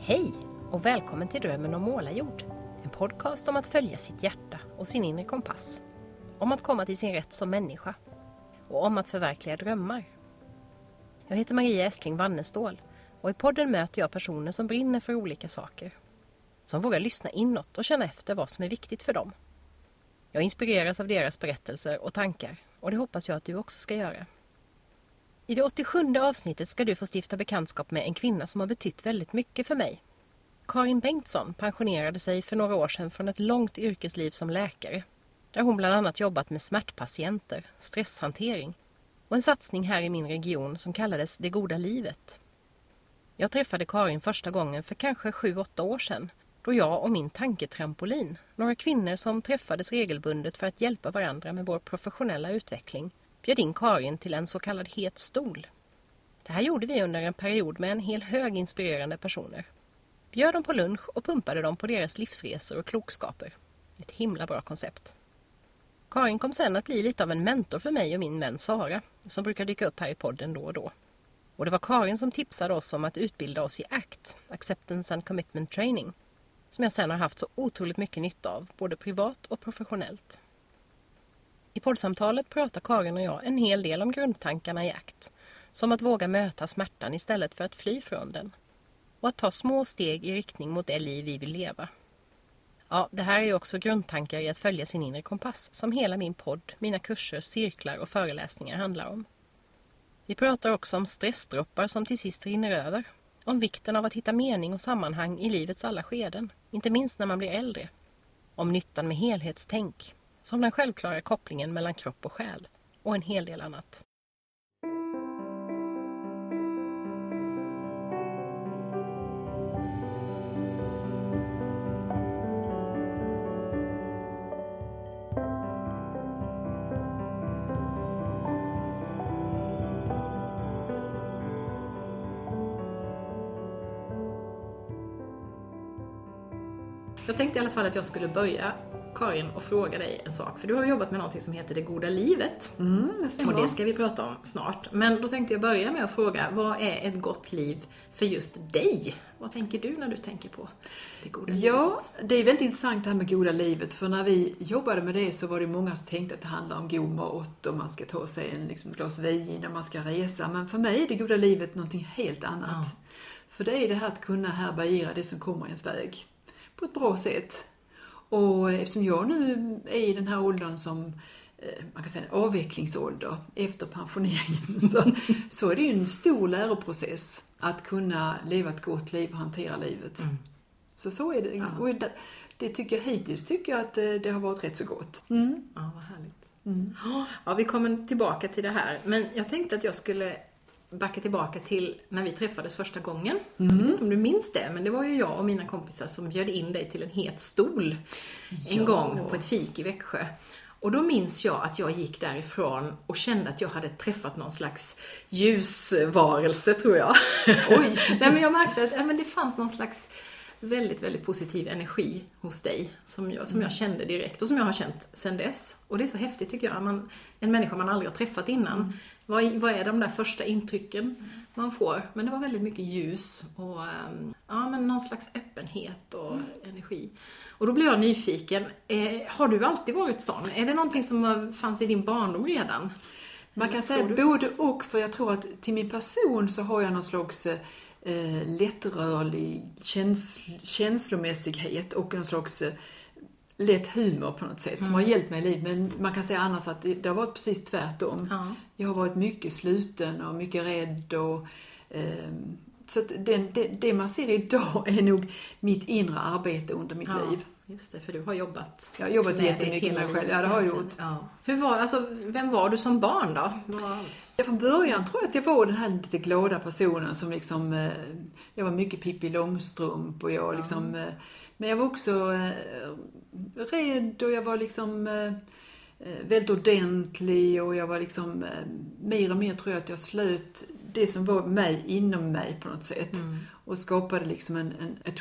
Hej och välkommen till Drömmen om målarjord. En podcast om att följa sitt hjärta och sin inre kompass. Om att komma till sin rätt som människa. Och om att förverkliga drömmar. Jag heter Maria Estling Wannestål och i podden möter jag personer som brinner för olika saker. Som vågar lyssna inåt och känna efter vad som är viktigt för dem. Jag inspireras av deras berättelser och tankar och det hoppas jag att du också ska göra. I det 87:e avsnittet ska du få stifta bekantskap med en kvinna som har betytt väldigt mycket för mig. Karin Bengtsson pensionerade sig för några år sedan från ett långt yrkesliv som läkare. Där hon bland annat jobbat med smärtpatienter, stresshantering och en satsning här i min region som kallades Det goda livet. Jag träffade Karin första gången för kanske 7-8 år sedan. Då jag och min tanketrampolin, några kvinnor som träffades regelbundet för att hjälpa varandra med vår professionella utveckling, bjöd in Karin till en så kallad het stol. Det här gjorde vi under en period med en hel hög inspirerande personer. Bjöd dem på lunch och pumpade dem på deras livsresor och klokskaper. Ett himla bra koncept. Karin kom sen att bli lite av en mentor för mig och min vän Sara, som brukar dyka upp här i podden då och då. Och det var Karin som tipsade oss om att utbilda oss i ACT, Acceptance and Commitment Training, som jag sen har haft så otroligt mycket nytta av, både privat och professionellt. I poddsamtalet pratar Karin och jag en hel del om grundtankarna i ACT, som att våga möta smärtan istället för att fly från den, och att ta små steg i riktning mot det liv vi vill leva. Ja, det här är ju också grundtankar i att följa sin inre kompass, som hela min podd, mina kurser, cirklar och föreläsningar handlar om. Vi pratar också om stressdroppar som till sist rinner över, om vikten av att hitta mening och sammanhang i livets alla skeden, inte minst när man blir äldre. Om nyttan med helhetstänk, som den självklara kopplingen mellan kropp och själ, och en hel del annat. Jag tänkte i alla fall att jag skulle börja, Karin, och fråga dig en sak. För du har jobbat med någonting som heter Det goda livet. Det stämmer. Och det ska vi prata om snart. Men då tänkte jag börja med att fråga, vad är ett gott liv för just dig? Vad tänker du när du tänker på det goda livet? Ja, det är väldigt intressant det här med goda livet. För när vi jobbade med det så var det många som tänkte att det handlar om god mat och man ska ta sig en glas vin och man ska resa. Men för mig är det goda livet någonting helt annat. Ja. För det är det här att kunna härbärgera det som kommer i ens väg på ett bra sätt. Och eftersom jag nu är i den här åldern som man kan säga en avvecklingsålder efter pensioneringen så är det ju en stor läroprocess att kunna leva ett gott liv och hantera livet. Så är det. Ja. Och det tycker jag hittills att det har varit rätt så gott. Ja, vad härligt. Ja, vi kommer tillbaka till det här. Men jag tänkte att jag skulle backa tillbaka till när vi träffades första gången. Jag vet inte om du minns det, men det var ju jag och mina kompisar som bjöd in dig till en het stol en gång på ett fik i Växjö. Och då minns jag att jag gick därifrån och kände att jag hade träffat någon slags ljusvarelse, tror jag. Oj! Nej, men jag märkte att det fanns någon slags väldigt, väldigt positiv energi hos dig som jag kände direkt och som jag har känt sedan dess. Och det är så häftigt, tycker jag. En människa man aldrig har träffat innan. Vad är de där första intrycken man får? Men det var väldigt mycket ljus och men någon slags öppenhet och energi. Och då blev jag nyfiken. Har du alltid varit sån? Är det någonting som fanns i din barndom redan? Man kan säga både och, för jag tror att till min person så har jag någon slags lättrörlig känslomässighet och någon slags lätt humor på något sätt som har hjälpt mig i livet. Men man kan säga annars att det har varit precis tvärtom. Ja. Jag har varit mycket sluten och mycket rädd. Och, så att det man ser idag är nog mitt inre arbete under mitt liv. Just det, för du har jobbat. Jag har jobbat jättemycket med mig själv. Ja, det har jag gjort. Ja. Vem var du som barn då? Från början tror jag att jag var den här lite glada personen som liksom, jag var mycket Pippi Långstrump och jag liksom, men jag var också rädd och jag var liksom väldigt ordentlig och jag var liksom mer och mer, tror jag, att jag slöt det som var mig inom mig på något sätt och skapade liksom ett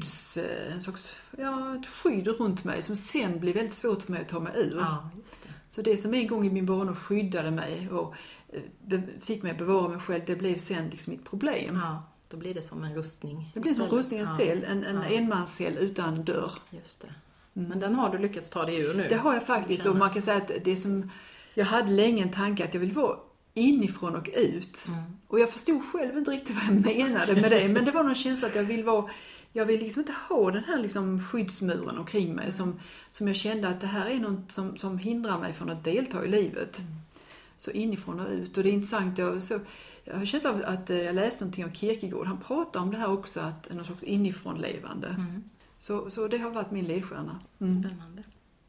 skydd runt mig som sen blev väldigt svårt för mig att ta mig ur. Ja, just det. Så det som en gång i min barndom skyddade mig och fick mig att bevara mig själv, det blev sen liksom mitt problem. Ja. Då blir det som en rustning. Det blir som en rustning, en cell, en enmanscell utan dörr. Just det. Men den har du lyckats ta dig ur nu? Det har jag faktiskt, och man kan säga att det som jag hade länge en tanke att jag vill vara inifrån och ut. Och jag förstod själv inte riktigt vad jag menade med det, men det var någon känsla att jag vill liksom inte ha den här liksom skyddsmuren omkring mig som jag kände att det här är något som hindrar mig från att delta i livet. Så inifrån och ut. Och det är intressant, jag känns av att jag läste någonting om Kierkegaard. Han pratar om det här också, att någon slags inifrånlevande. Så det har varit min ledstjärna. Spännande.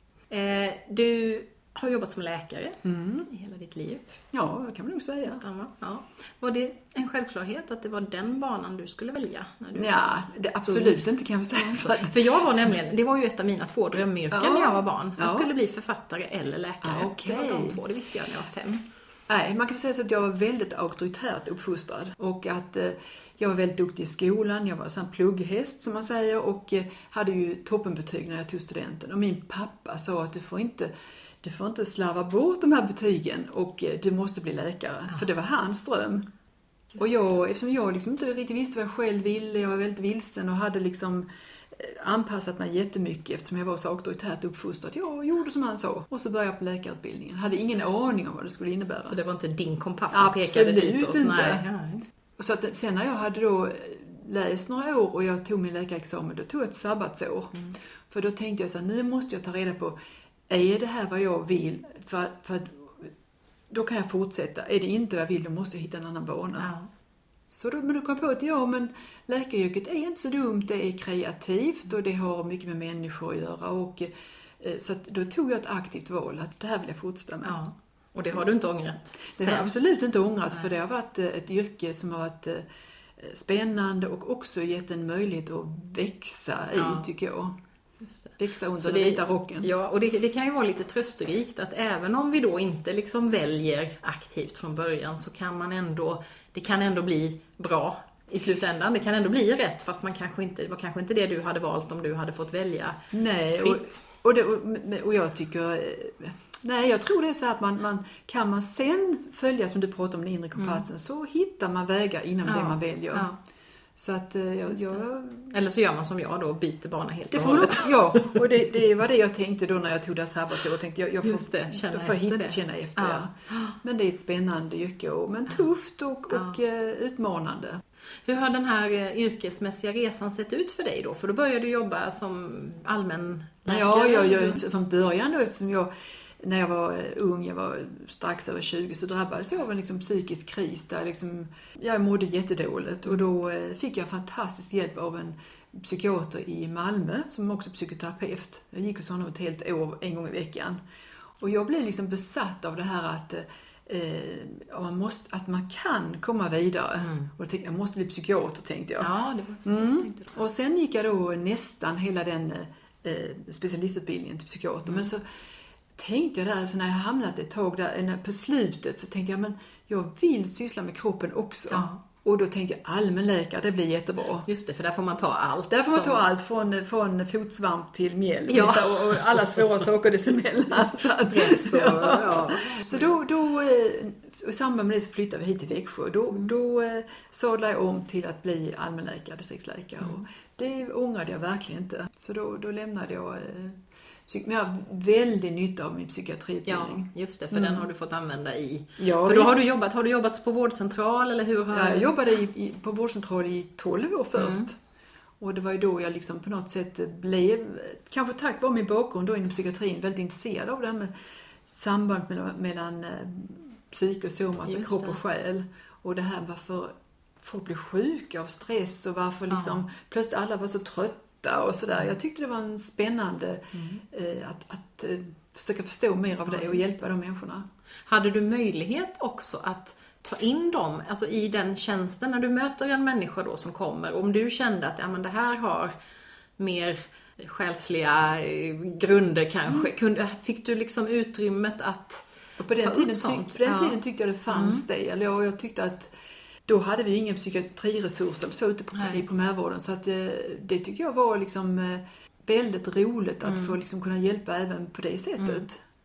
Du har jobbat som läkare i hela ditt liv. Ja, det kan man nog säga. Ja. Var det en självklarhet att det var den banan du skulle välja? Ja, det absolut inte kan jag säga. För jag var nämligen, det var ju ett av mina 2 drömyrken när jag var barn. Jag skulle bli författare eller läkare. Det var de 2, det visste jag när jag var 5. Nej, man kan säga så att jag var väldigt auktoritärt uppfostrad. Och att jag var väldigt duktig i skolan. Jag var en sån plugghäst som man säger. Och hade ju toppenbetyg när jag tog studenten. Och min pappa sa att du får inte slarva bort de här betygen och du måste bli läkare. För det var hans dröm. Och eftersom jag liksom inte riktigt visste vad jag själv ville, jag var väldigt vilsen och hade liksom anpassat mig jättemycket eftersom jag var så auktoritärt uppfostrad. Jag gjorde som han sa. Och så började jag på läkarutbildningen. Hade ingen aning om vad det skulle innebära. Så det var inte din kompass som pekade ditåt? Absolut inte. Så att sen när jag hade då läst några år och jag tog min läkarexamen, då tog jag ett sabbatsår. För då tänkte jag så här, nu måste jag ta reda på, är det här vad jag vill? För då kan jag fortsätta. Är det inte vad jag vill, då måste jag hitta en annan bana. Ja. Så då kom jag på att men läkaryrket är inte så dumt. Det är kreativt och det har mycket med människor att göra. Och, så att då tog jag ett aktivt val att det här vill jag fortsätta med. Ja. Och det har du inte ångrat? Det har jag absolut inte ångrat. För det har varit ett yrke som har varit spännande och också gett en möjlighet att växa i, tycker jag. Växa under den vita rocken. Ja, och det kan ju vara lite trösterikt att även om vi då inte liksom väljer aktivt från början så kan det kan ändå bli bra i slutändan. Det kan ändå bli rätt fast det var kanske inte det du hade valt om du hade fått välja fritt. Och jag tycker... Nej, jag tror det är så att kan man sen följa, som du pratar om, den inre kompassen, så hittar man vägar inom det man väljer. Ja. Så att Eller så gör man som jag då, byter bana helt och hållet. Ja, och det var det jag tänkte då när jag tog det sabbatsår. Jag tänkte jag får känna efter. Ja. Men det är ett spännande yrke, men tufft och utmanande. Hur har den här yrkesmässiga resan sett ut för dig då? För då började du jobba som allmän läkare. Ja, från början då, eftersom när jag var ung, jag var strax över 20, så drabbades jag av en liksom psykisk kris där jag mådde jättedåligt. Och då fick jag fantastisk hjälp av en psykiater i Malmö som också är psykoterapeut. Jag gick hos honom ett helt år, en gång i veckan. Och jag blev liksom besatt av det här att man kan komma vidare. Och då tänkte jag måste bli psykiater, tänkte jag. Ja, det var så jag tänkte. Och sen gick jag då nästan hela den specialistutbildningen till psykiater. Men så tänkte jag där, så när jag hamnat ett tag där på slutet, så tänkte jag, men jag vill syssla med kroppen också. Ja. Och då tänkte jag, allmänläkare, det blir jättebra. Just det, för där får man ta allt. Där får man ta allt från fotsvamp till mjäll. Ja. Och alla svåra saker dessemellan. Stress och Så då i samband med det så flyttade vi hit till Växjö. Då sadlade jag om till att bli allmänläkare, distriktsläkare. Och det ångrade jag verkligen inte. Så då lämnade jag... Men jag har väldigt nytta av min psykiatriutbildning. Ja, just det, för den har du fått använda i... Ja, för då har du jobbat på vårdcentral, eller hur? Jag jobbade på vårdcentral i 12 år först. Och det var ju då jag liksom på något sätt blev, kanske tack vare min bakgrund då inom psykiatrin, väldigt intresserad av det här med samband mellan psyk och soma, alltså kropp och själ. Och det här varför folk blir sjuka av stress och varför liksom plötsligt alla var så trötta och sådär. Jag tyckte det var en spännande att försöka förstå mer av det och hjälpa de människorna. Hade du möjlighet också att ta in dem, alltså i den tjänsten när du möter en människa då som kommer, om du kände att det här har mer själsliga grunder kanske, fick du liksom utrymmet att och på den tiden tyckte jag det fanns det, eller jag tyckte att då hade vi ingen psykiatriresurser så ute i primärvården, så att det tyckte jag var liksom väldigt roligt att få liksom kunna hjälpa även på det sättet.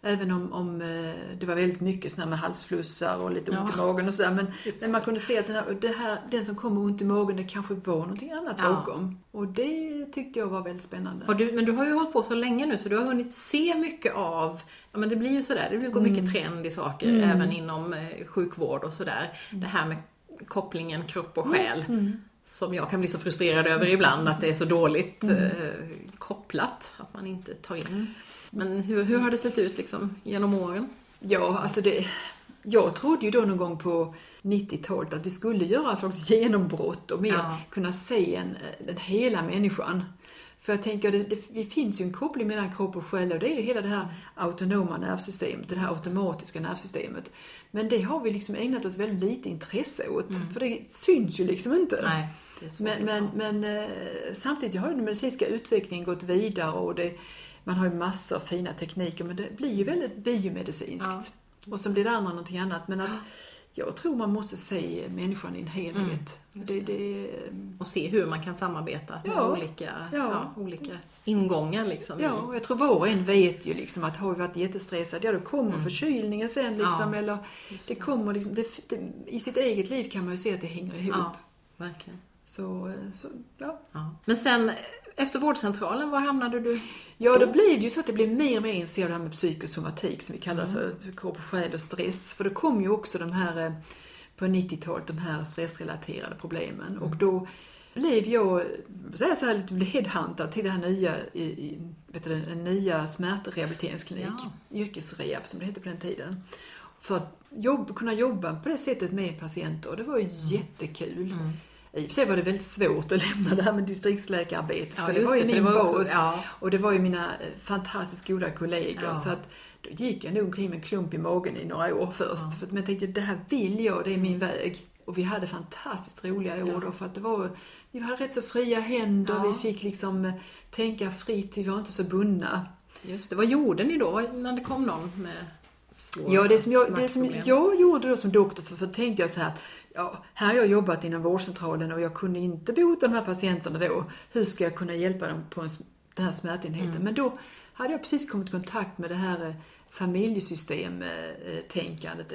Även om det var väldigt mycket sådär med halsflussar och lite ont i magen och sådär. Men man kunde se att den som kom med ont i magen, det kanske var någonting annat bakom. Och det tyckte jag var väldigt spännande. Men du har ju hållit på så länge nu så du har hunnit se mycket av, ja men det blir ju sådär, det går mycket trend i saker även inom sjukvård och sådär. Det här med kopplingen kropp och själ. Som jag kan bli så frustrerad över ibland, att det är så dåligt kopplat, att man inte tar in. Men hur har det sett ut liksom genom åren? Ja, alltså jag trodde ju då någon gång på 90-talet att vi skulle göra ett slags genombrott och mer kunna se den hela människan. För jag tänker, det finns ju en koppling mellan kropp och själ och det är ju hela det här autonoma nervsystemet, det här automatiska nervsystemet. Men det har vi liksom ägnat oss väldigt lite intresse åt, för det syns ju liksom inte. Nej, det är svårt men samtidigt har ju den medicinska utvecklingen gått vidare och man har ju massor av fina tekniker, men det blir ju väldigt biomedicinskt. Ja, och så blir det andra någonting annat. Men att jag tror man måste se människan i en helhet. Och se hur man kan samarbeta med olika ingångar. Liksom, ja, jag tror var och en vet ju liksom att har vi varit jättestressad, då kommer förkylningen sen. Liksom, eller det kommer liksom, i sitt eget liv kan man ju se att det hänger ihop. Ja, verkligen. Så. Men sen efter vårdcentralen, var hamnade du? Ja, då blev det ju så att det blev mer och mer intresserad av det här med psykosomatik som vi kallar för kropp, själ och stress. För det kom ju också de här, på 90-talet, de här stressrelaterade problemen. Och då blev jag lite headhuntad till det här nya smärtrehabiliteringsklinik, yrkesrehab som det hette på den tiden. För att kunna jobba på det sättet med patienter, och det var ju jättekul. I och för sig var det väldigt svårt att lämna det här med distriktsläkararbetet. För det var ju min bas. Och det var ju mina fantastiskt goda kollegor. Så att då gick jag nog omkring med en klump i magen i några år först. För att jag tänkte, det här vill jag, det är min väg. Och vi hade fantastiskt roliga år då, för att vi hade rätt så fria händer. Vi fick liksom tänka fritt, vi var inte så bundna. Just det, vad gjorde ni då när det kom någon med svåra det som jag gjorde då som doktor, för tänkte jag så här, här har jag jobbat inom vårdcentralen och jag kunde inte bota de här patienterna då. Hur ska jag kunna hjälpa dem på den här smärtenheten? Men då hade jag precis kommit i kontakt med det här familjesystemtänkandet.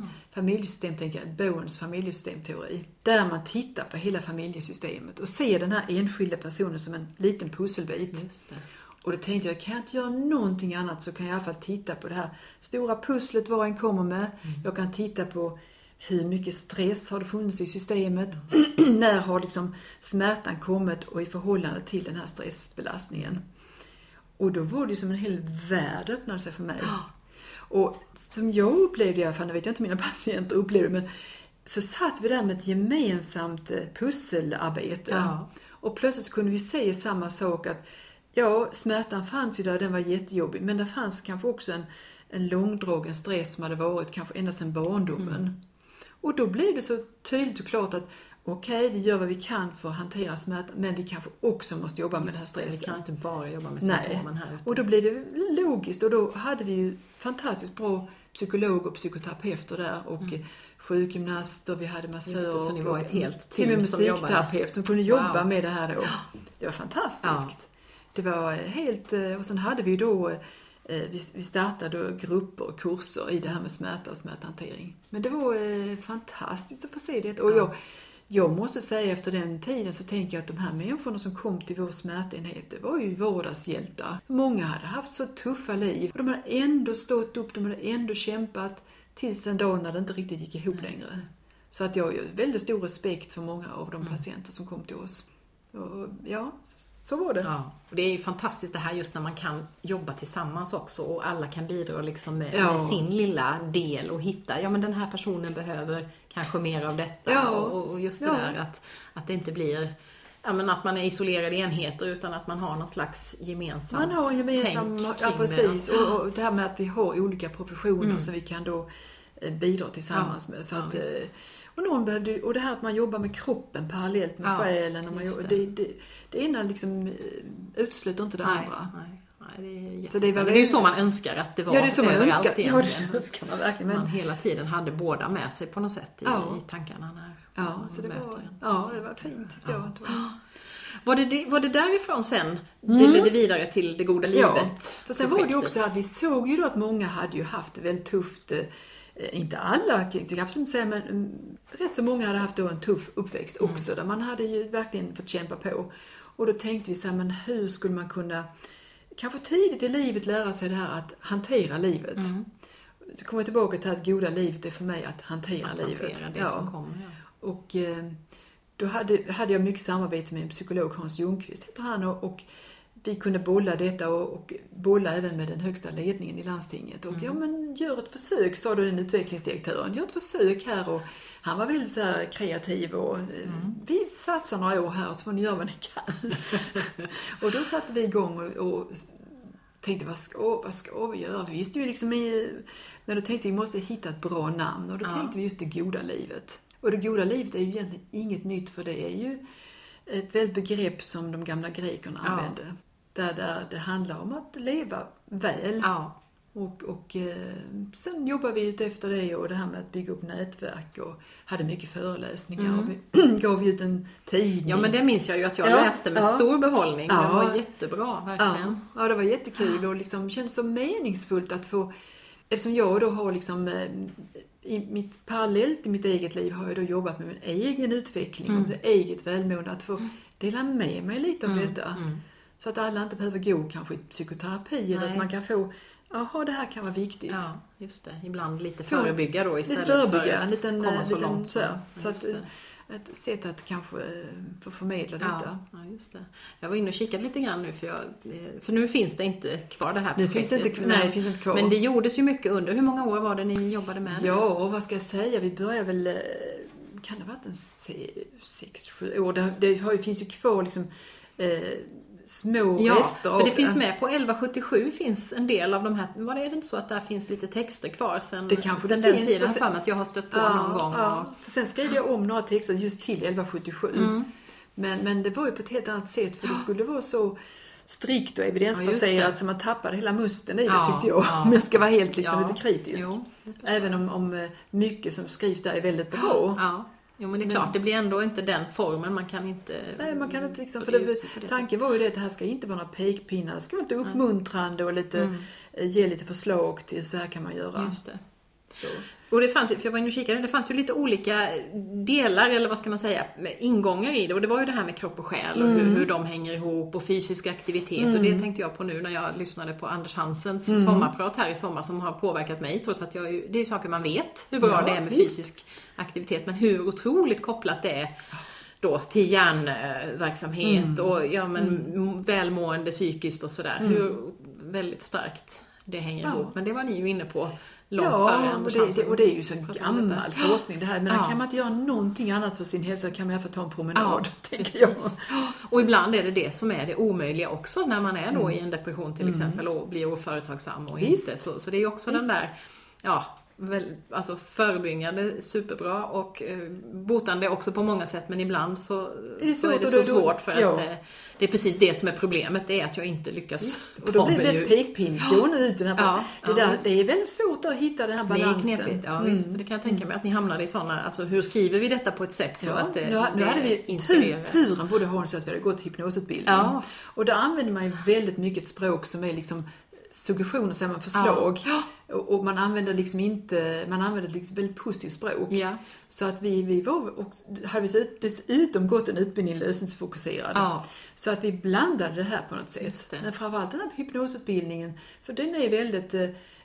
Bowens familjesystemteori. Där man tittar på hela familjesystemet och ser den här enskilda personen som en liten pusselbit. Just det. Och då tänkte jag, kan jag inte göra någonting annat så kan jag i alla fall titta på det här stora pusslet var en kommer med. Jag kan titta på hur mycket stress har det funnits i systemet. När har liksom smärtan kommit och i förhållande till den här stressbelastningen. Och då var det som en hel värld öppnade sig för mig. Och som jag upplevde i alla fall, jag vet inte om mina patienter upplevde, men så satt vi där med ett gemensamt pusselarbete. Och plötsligt kunde vi se samma sak, att smärtan fanns ju där, den var jättejobbig. Men det fanns kanske också en långdragen stress som hade varit kanske ända sedan barndomen. Och då blev det så tydligt och klart att vi gör vad vi kan för att hantera smärta, men vi kanske också måste jobba med den här stressen. Vi kan inte bara jobba med symptomen här. Och då blev det logiskt, och då hade vi ju fantastiskt bra psykologer och psykoterapeuter där och sjukgymnaster, vi hade massörer. Så ni var ett helt till och med som musikterapeut som kunde jobba med det här då. Det var fantastiskt. Det var helt, och sen hade vi då vi startade grupper och kurser i det här med smärta och smärthantering. Men det var fantastiskt att få se det. Och jag måste säga, efter den tiden så tänker jag att de här människorna som kom till vår smärtenhet, det var ju vardagshjältar. Många hade haft så tuffa liv. Och de hade ändå stått upp, de hade ändå kämpat tills en dag när det inte riktigt gick ihop längre. Så att jag har väldigt stor respekt för många av de patienter som kom till oss. Och så var det. Ja, och det är ju fantastiskt det här just när man kan jobba tillsammans också och alla kan bidra liksom med sin lilla del och hitta, men den här personen behöver kanske mer av detta och just det där att det inte blir att man är isolerade enheter utan att man har någon slags gemensamt tänk. Man har gemensamt, precis. Och det här med att vi har olika professioner som vi kan då bidra tillsammans med. Så att, och det här att man jobbar med kroppen parallellt med själen. Och det ena liksom utesluter inte det andra. Nej, det är jättespännande. Det är ju så man önskar att det var överallt egentligen. Det önskar man verkligen. Men man hela tiden hade båda med sig på något sätt i tankarna när så det var, det var fint tyckte jag. Var det därifrån sen det ledde vidare till det goda livet? Ja, för sen var det också att vi såg ju då att många hade ju haft det väldigt tufft. Inte alla, jag kan absolut inte säga, men rätt så många hade haft då en tuff uppväxt också. Där man hade ju verkligen fått kämpa på. Och då tänkte vi så här, men hur skulle man kunna kanske tidigt i livet lära sig det här att hantera livet. Då kommer jag tillbaka till att goda livet är för mig att hantera livet. Hantera det som kommer, ja. Och då hade jag mycket samarbete med en psykolog, Hans Ljungqvist heter han, och vi kunde bolla detta och bolla även med den högsta ledningen i landstinget. Och ja, men gör ett försök, sa då den utvecklingsdirektören. Gör ett försök här, och han var väldigt så här kreativ och vi satsar några år här och så får ni göra vad ni kan. Och då satte vi igång och tänkte, vad ska vi göra? Vi visste ju liksom, men då tänkte vi måste hitta ett bra namn, och då tänkte vi just det goda livet. Och det goda livet är ju egentligen inget nytt, för det är ju ett väldigt begrepp som de gamla grekerna använde. Där det handlar om att leva väl. Ja. Och sen jobbar vi ut efter det, och det här med att bygga upp nätverk, och hade mycket föreläsningar och vi gav ut en tidning. Ja, men det minns jag ju att jag läste med stor behållning. Det var jättebra, verkligen. Ja, det var jättekul och liksom känns så meningsfullt att få, eftersom jag då har liksom parallellt i mitt eget liv har jag då jobbat med min egen utveckling och mitt eget välmående, att få dela med mig lite av detta. Så att alla inte behöver gå kanske i psykoterapi, eller att man kan få, det här kan vara viktigt. Ja, just det. Ibland lite förebygga då istället för att komma så långt. Så att ett sätt att kanske få förmedla detta. Ja, just det. Jag var inne och kikade lite grann nu, för nu finns det inte kvar det här projektet. Det finns inte kvar. Men det gjordes ju mycket under. Hur många år var det ni jobbade med det? Ja, och vad ska jag säga? Vi började väl, kan det ha varit en 6-7 år? Det finns ju kvar liksom små rester. För det finns med på 1177 finns en del av de här. Var det inte så att där finns lite texter kvar sen det kanske sen det den finns, tiden för mig att jag har stött på någon gång. Ja. För sen skrev jag om några texter just till 1177. Men det var ju på ett helt annat sätt, för det skulle vara så strikt och evidensbaserat så man tappade hela musten i det, tyckte jag. Men jag ska vara helt liksom lite kritisk. Även om mycket som skrivs där är väldigt bra. Ja. Jo, men det är klart, det blir ändå inte den formen, man kan inte... Nej, man kan inte liksom, för tanken var ju det att det här ska inte vara några pekpinnar, det ska vara inte uppmuntrande och lite, ge lite förslag till så här kan man göra. Just det. Så. Och det fanns ju, för jag var inne och kikade, det fanns ju lite olika delar, eller vad ska man säga, ingångar i det. Och det var ju det här med kropp och själ och hur de hänger ihop, och fysisk aktivitet. Och det tänkte jag på nu när jag lyssnade på Anders Hansens sommarprat här i sommar, som har påverkat mig, trots att det är saker man vet hur bra det är med fysisk aktivitet, men hur otroligt kopplat det är då till hjärnverksamhet och välmående psykiskt och sådär. Hur väldigt starkt det hänger ihop. Men det var ni ju inne på långt före Anders Hansen. Och det är ju så gammal forskning det här. Men kan man inte göra någonting annat för sin hälsa, kan man i alla fall ta en promenad, tänker jag. Och ibland är det som är det omöjliga också, när man är då i en depression till exempel och blir oföretagsam och inte. Så det är ju också den där, alltså förebyggande superbra och botande också på många sätt, men ibland så är det så svårt för att det är precis det som är problemet, det är att jag inte lyckas. Och då blir det ett pekpinn, gå nu ut den här det är väldigt svårt att hitta den här balansen. Det är knepigt, visst, det kan jag tänka mig att ni hamnade i sådana, alltså hur skriver vi detta på ett sätt så att det nu hade vi inspirerar. Turen borde ha så att vi hade gått hypnosutbildning. Och där använder man ju väldigt mycket ett språk som är liksom suggestion och samma förslag. Och man använder liksom inte, man använder liksom väldigt positivt språk. Så att vi var också, hade vi dessutom gått en utbildning lösningsfokuserad. Så att vi blandade det här på något sätt. Men framförallt den här hypnosutbildningen, för den är väldigt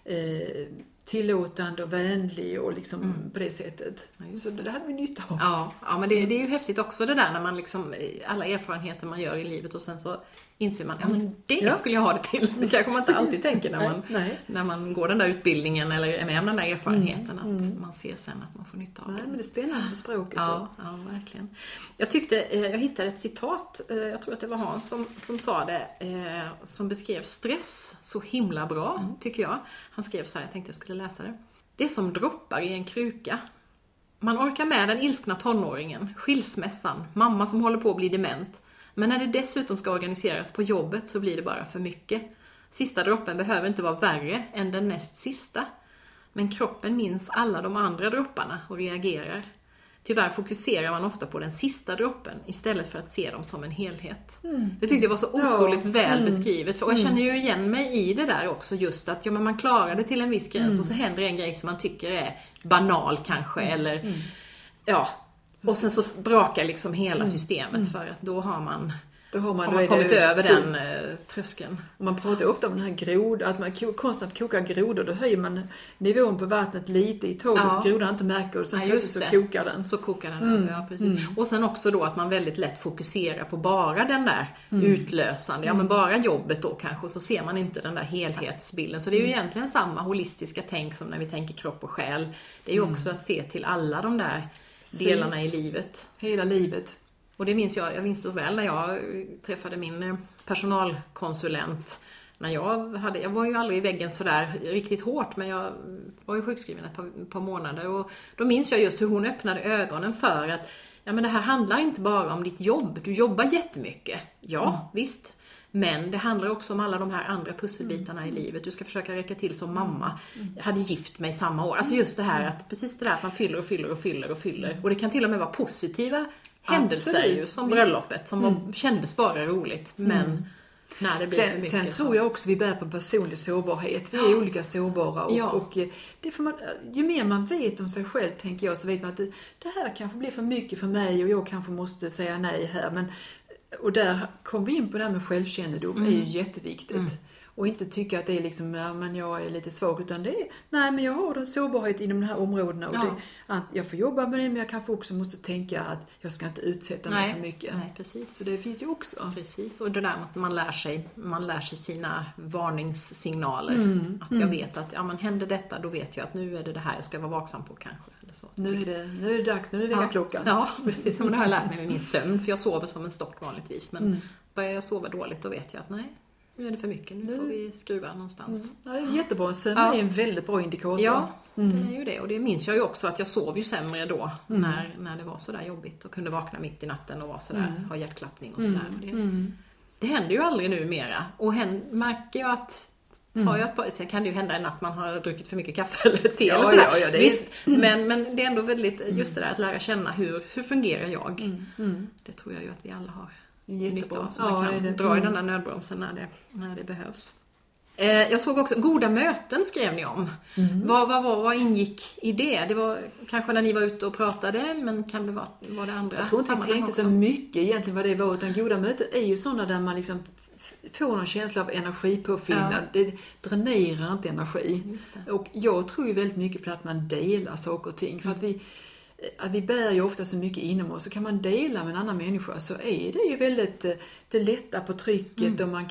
tillåtande och vänlig och liksom på det sättet. Så det hade vi nytta av. Ja, men det är ju häftigt också det där när man liksom, alla erfarenheter man gör i livet och sen så inser man, men det skulle jag ha det till. Det kanske man inte alltid tänker när man går den där utbildningen eller är med om den där erfarenheten, att man ser sen att man får nytta av det. Nej, men det är spännande med språket. Ja, verkligen. Jag hittade ett citat, jag tror att det var Hans som sa det, som beskrev stress så himla bra, tycker jag. Han skrev så här, jag tänkte jag skulle läsa det. Det är som droppar i en kruka. Man orkar med den ilskna tonåringen, skilsmässan, mamma som håller på att bli dement. Men när det dessutom ska organiseras på jobbet så blir det bara för mycket. Sista droppen behöver inte vara värre än den näst sista. Men kroppen minns alla de andra dropparna och reagerar. tyvärr fokuserar man ofta på den sista droppen istället för att se dem som en helhet. Det tyckte jag var så otroligt väl beskrivet. Och jag känner ju igen mig i det där också, just att men man klarar det till en viss gräns och så händer en grej som man tycker är banal kanske, eller och sen så brakar liksom hela systemet för att då har man kommit över den tröskeln. Och man pratar ofta om den här grodan, att man konstant kokar grodor, då höjer man nivån på vattnet lite i taget så grodan inte märker, och sen plötsligt så kokar den. Så kokar den, ja precis. Och sen också då att man väldigt lätt fokuserar på bara den där utlösande, men bara jobbet då kanske, och så ser man inte den där helhetsbilden. Så det är ju egentligen samma holistiska tänk som när vi tänker kropp och själ. Det är ju också att se till alla de där delarna i livet. Hela livet. Och det minns jag minns så väl när jag träffade min personalkonsulent. När jag var ju aldrig i väggen sådär riktigt hårt, men jag var ju sjukskriven ett par månader. Och då minns jag just hur hon öppnade ögonen för att men det här handlar inte bara om ditt jobb. Du jobbar jättemycket. Ja, visst. Men det handlar också om alla de här andra pusselbitarna i livet. Du ska försöka räcka till som mamma. Jag hade gift mig samma år. Alltså just det här att precis det där att man fyller. Och det kan till och med vara positiva händelser ju, som bröllopet som kändes bara roligt. Men när det blir för mycket. Sen tror jag också vi bär på personlig sårbarhet. Vi är olika sårbara och det får man, ju mer man vet om sig själv, tänker jag, så vet man att det här kanske blir för mycket för mig och jag kanske måste säga nej här. Och där kom vi in på det här med självkännedom, är ju jätteviktigt. Och inte tycka att det är liksom, men jag är lite svag, utan det är, nej men jag har en sårbarhet inom de här områdena och jag får jobba med det, men jag kanske också måste tänka att jag ska inte utsätta mig för mycket. Nej, precis. Så det finns ju också. Precis, och det där att man lär sig sina varningssignaler. Att jag vet att, händer detta, då vet jag att nu är det här jag ska vara vaksam på kanske. Eller så. Nu är det dags, nu är det klockan. Ja, precis. Som det har jag lärt mig med min sömn, för jag sover som en stock vanligtvis. Men börjar jag sova dåligt, då vet jag att nej, nu är det för mycket, nu får vi skruva någonstans. Ja, det är jättebra. Sömn är en väldigt bra indikator. Ja, det är ju det. Och det minns jag ju också att jag sov ju sämre då när det var sådär jobbigt och kunde vakna mitt i natten och vara sådär, ha hjärtklappning och sådär. Det händer ju aldrig numera. Och märker jag att har jag ett par, sen kan det ju hända en natt man har druckit för mycket kaffe eller te eller sådär. Ja, visst, men det är ändå väldigt just det där att lära känna hur fungerar jag. Det tror jag ju att vi alla har nytta av. Så man kan dra i den där nödbromsen när det behövs. Jag såg också, goda möten skrev ni om. Vad ingick i det? Det var kanske när ni var ute och pratade, men kan det var det andra? Jag tror inte vi tänkte så mycket egentligen vad det var, utan goda möten är ju sådana där man liksom får någon känsla av energipåfyllnad. Det dränerar inte energi. Och jag tror ju väldigt mycket på att man delar saker och ting. För att vi bär ju ofta så mycket inom oss. Så kan man dela med en annan människa, så är det ju väldigt, det lättar på trycket och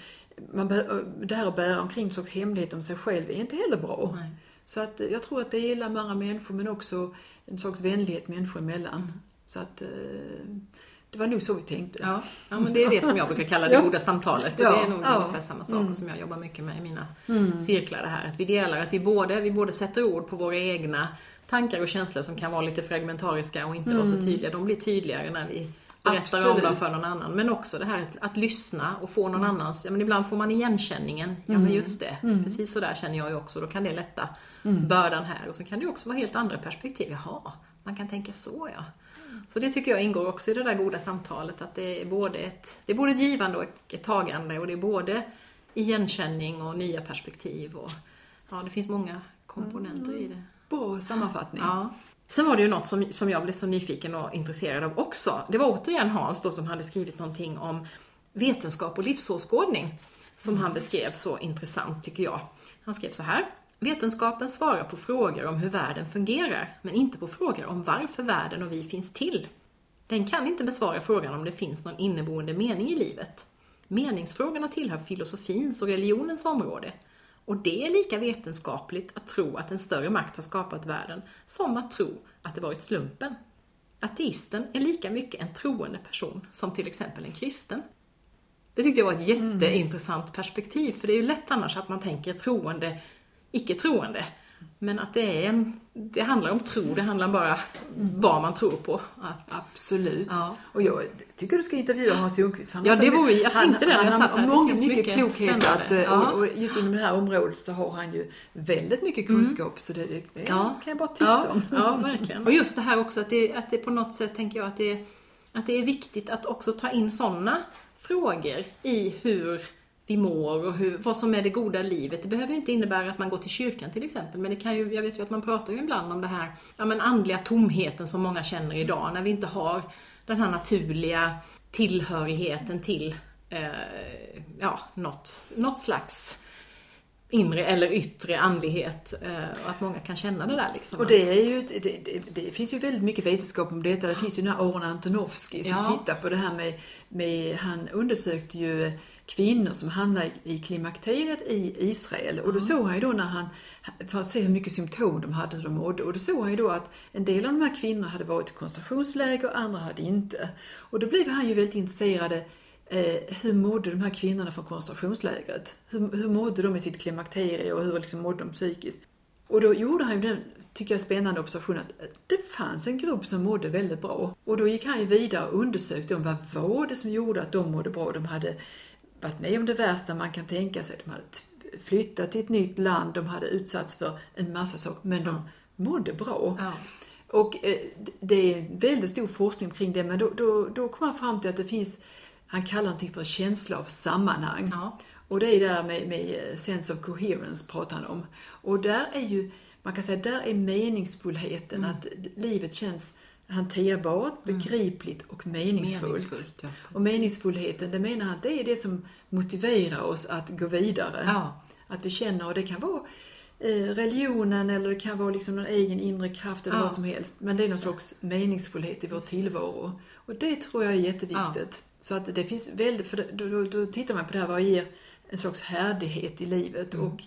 det här att bära omkring en sorts hemlighet om sig själv är inte heller bra. Nej. Så att jag tror att det gäller med andra människor, men också en sorts vänlighet människor emellan. Så att det var nog så vi tänkte. Ja, men det är det som jag brukar kalla det goda samtalet. Och det är nog ungefär samma sak som jag jobbar mycket med i mina cirklar. Det här. Att vi delar, att vi både sätter ord på våra egna tankar och känslor som kan vara lite fragmentariska och inte vara så tydliga. De blir tydligare när vi berättar om dem för någon annan. Men också det här att lyssna och få någon annans. Men ibland får man igenkänningen. Ja, men just det. Precis så där känner jag ju också. Då kan det lätta bördan här. Och så kan det också vara helt andra perspektiv. Jaha, man kan tänka så, ja. Så det tycker jag ingår också i det där goda samtalet. Att det är både ett givande och ett tagande. Och det är både igenkänning och nya perspektiv. Och det finns många komponenter i det. Bra sammanfattning. Ja. Sen var det ju något som jag blev så nyfiken och intresserad av också. Det var återigen Hans då som hade skrivit någonting om vetenskap och livsåskådning. Som han beskrev så intressant, tycker jag. Han skrev så här: vetenskapen svarar på frågor om hur världen fungerar, men inte på frågor om varför världen och vi finns till. Den kan inte besvara frågan om det finns någon inneboende mening i livet. Meningsfrågorna tillhör filosofins och religionens område. Och det är lika vetenskapligt att tro att en större makt har skapat världen som att tro att det varit slumpen. Ateisten är lika mycket en troende person som till exempel en kristen. Det tyckte jag var ett jätteintressant perspektiv, för det är ju lätt annars att man tänker troende, icke-troende. Men att det handlar om tro, det handlar bara vad man tror på. Absolut. Ja. Och jag tycker du ska intervjua Hans Ljungqvist. Jag tänkte det när jag satt här. Han har mycket klokhet och just inom det här området så har han ju väldigt mycket kunskap, så det kan jag bara tipsa om. Ja, verkligen. Och just det här också att det på något sätt tänker jag att det är viktigt att också ta in sådana frågor i hur vi mår och vad som är det goda livet. Det behöver ju inte innebära att man går till kyrkan till exempel, men det kan ju, jag vet ju att man pratar ju ibland om det här andliga tomheten som många känner idag, när vi inte har den här naturliga tillhörigheten till något slags inre eller yttre andlighet, och att många kan känna det där liksom. Och det finns ju väldigt mycket vetenskap om detta. Det finns ju den här Orhan Antonovsky som tittar på det här med han undersökte ju kvinnor som hamnade i klimakteriet i Israel. Och då såg han ju då för att se hur mycket symptom de hade, hur de mådde. Och då såg han ju då att en del av de här kvinnorna hade varit i koncentrationsläger och andra hade inte. Och då blev han ju väldigt intresserad. Hur mådde de här kvinnorna från koncentrationslägret? Hur mådde de i sitt klimakterie och hur liksom mådde de psykiskt? Och då gjorde han ju den, tycker jag, spännande observation att det fanns en grupp som mådde väldigt bra. Och då gick han ju vidare och undersökte vad var det som gjorde att de mådde bra. De hade varit med om det värsta man kan tänka sig. De hade flyttat till ett nytt land, de hade utsatts för en massa saker, men de mådde bra. Ja. Och det är en väldigt stor forskning kring det, men då kom han fram till att det finns, han kallar det för känsla av sammanhang. Ja. Och det är där med sense of coherence pratar han om. Och där är ju, man kan säga, där är meningsfullheten, att livet känns hanterbart, begripligt och meningsfullt. Ja, och meningsfullheten, det menar han, det är det som motiverar oss att gå vidare. Ja. Att vi känner, och det kan vara religionen eller det kan vara liksom någon egen inre kraft eller vad som helst. Men det är någon slags meningsfullhet i vår tillvaro. Och det tror jag är jätteviktigt. Ja. Så att det finns väldigt, för då tittar man på det här, vad ger en slags härdighet i livet, och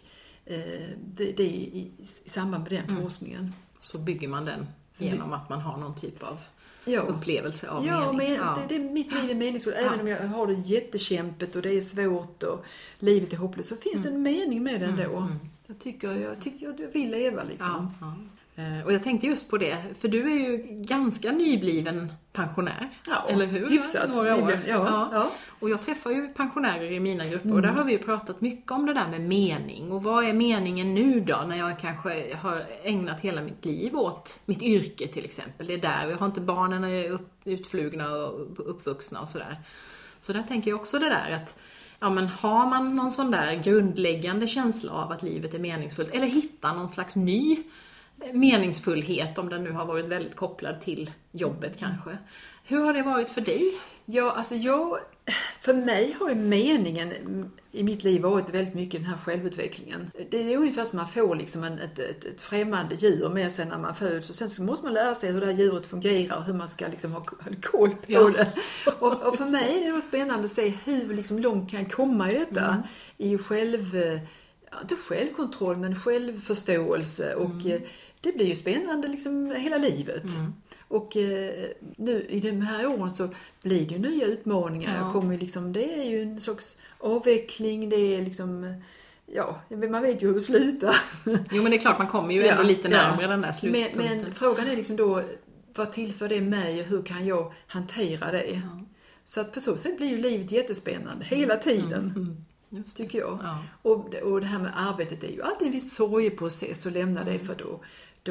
det är i samband med den forskningen. Så bygger man den genom att man har någon typ av upplevelse av mening. Ja, men mitt liv är meningsfullt. Även om jag har det jättekämpet och det är svårt och livet är hopplöst, så finns det en mening med den då. Jag tycker att jag vill leva liksom. Ja. Och jag tänkte just på det, för du är ju ganska nybliven pensionär, eller hur? Hyfsat. Några år. Ja. Och jag träffar ju pensionärer i mina grupper, och där har vi ju pratat mycket om det där med mening. Och vad är meningen nu då, när jag kanske har ägnat hela mitt liv åt mitt yrke till exempel. Det är där, jag har inte barnen är utflugna och uppvuxna och sådär. Så där tänker jag också det där att har man någon sån där grundläggande känsla av att livet är meningsfullt, eller hitta någon slags ny meningsfullhet, om den nu har varit väldigt kopplad till jobbet kanske. Hur har det varit för dig? Ja, alltså för mig har ju meningen i mitt liv varit väldigt mycket den här självutvecklingen. Det är ungefär som man får liksom ett främmande djur med sig när man föds, och sen så måste man lära sig hur det här djuret fungerar och hur man ska liksom ha koll på det. Och för mig är det då spännande att se hur liksom långt kan komma i detta, i inte självkontroll, men självförståelse, och det blir ju spännande liksom hela livet. Och nu i de här åren så blir det ju nya utmaningar. Jag kommer liksom, det är ju en slags avveckling, det är liksom, man vet ju hur det slutar. Jo, men det är klart, man kommer ju ändå lite närmare den där slutpunkten. Men frågan är liksom då, vad tillför det mig och hur kan jag hantera det? Så att på så sätt blir ju livet jättespännande hela tiden. Just det. Tycker jag. Ja. Och det här med arbetet är ju alltid en viss sorgeprocess att lämna det, för då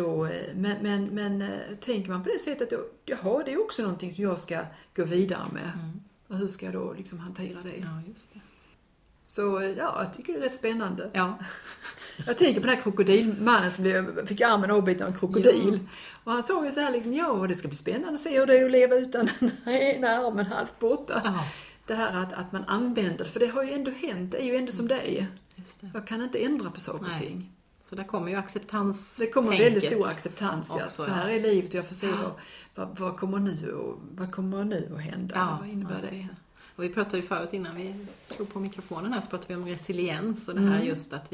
men tänker man på det sättet, då, det är också någonting som jag ska gå vidare med. Och hur ska jag då liksom hantera det? Ja, just det. Så jag tycker det är rätt spännande. Ja. Jag tänker på den här krokodilmannen som fick armen avbiten av en krokodil. Ja. Och han sa ju så här liksom, det ska bli spännande att se hur det är att leva utan ena armen halvt borta. Ja. Det här att man använder, för det har ju ändå hänt, det är ju ändå som det är. Just det. Jag kan inte ändra på saker och ting. Så där kommer ju acceptans. Det kommer väldigt stor acceptans. Också, så här är livet, och jag får se vad kommer nu att hända. Vad innebär det? Och vi pratade ju förut innan vi slog på mikrofonen här, så pratade vi om resiliens och det här just att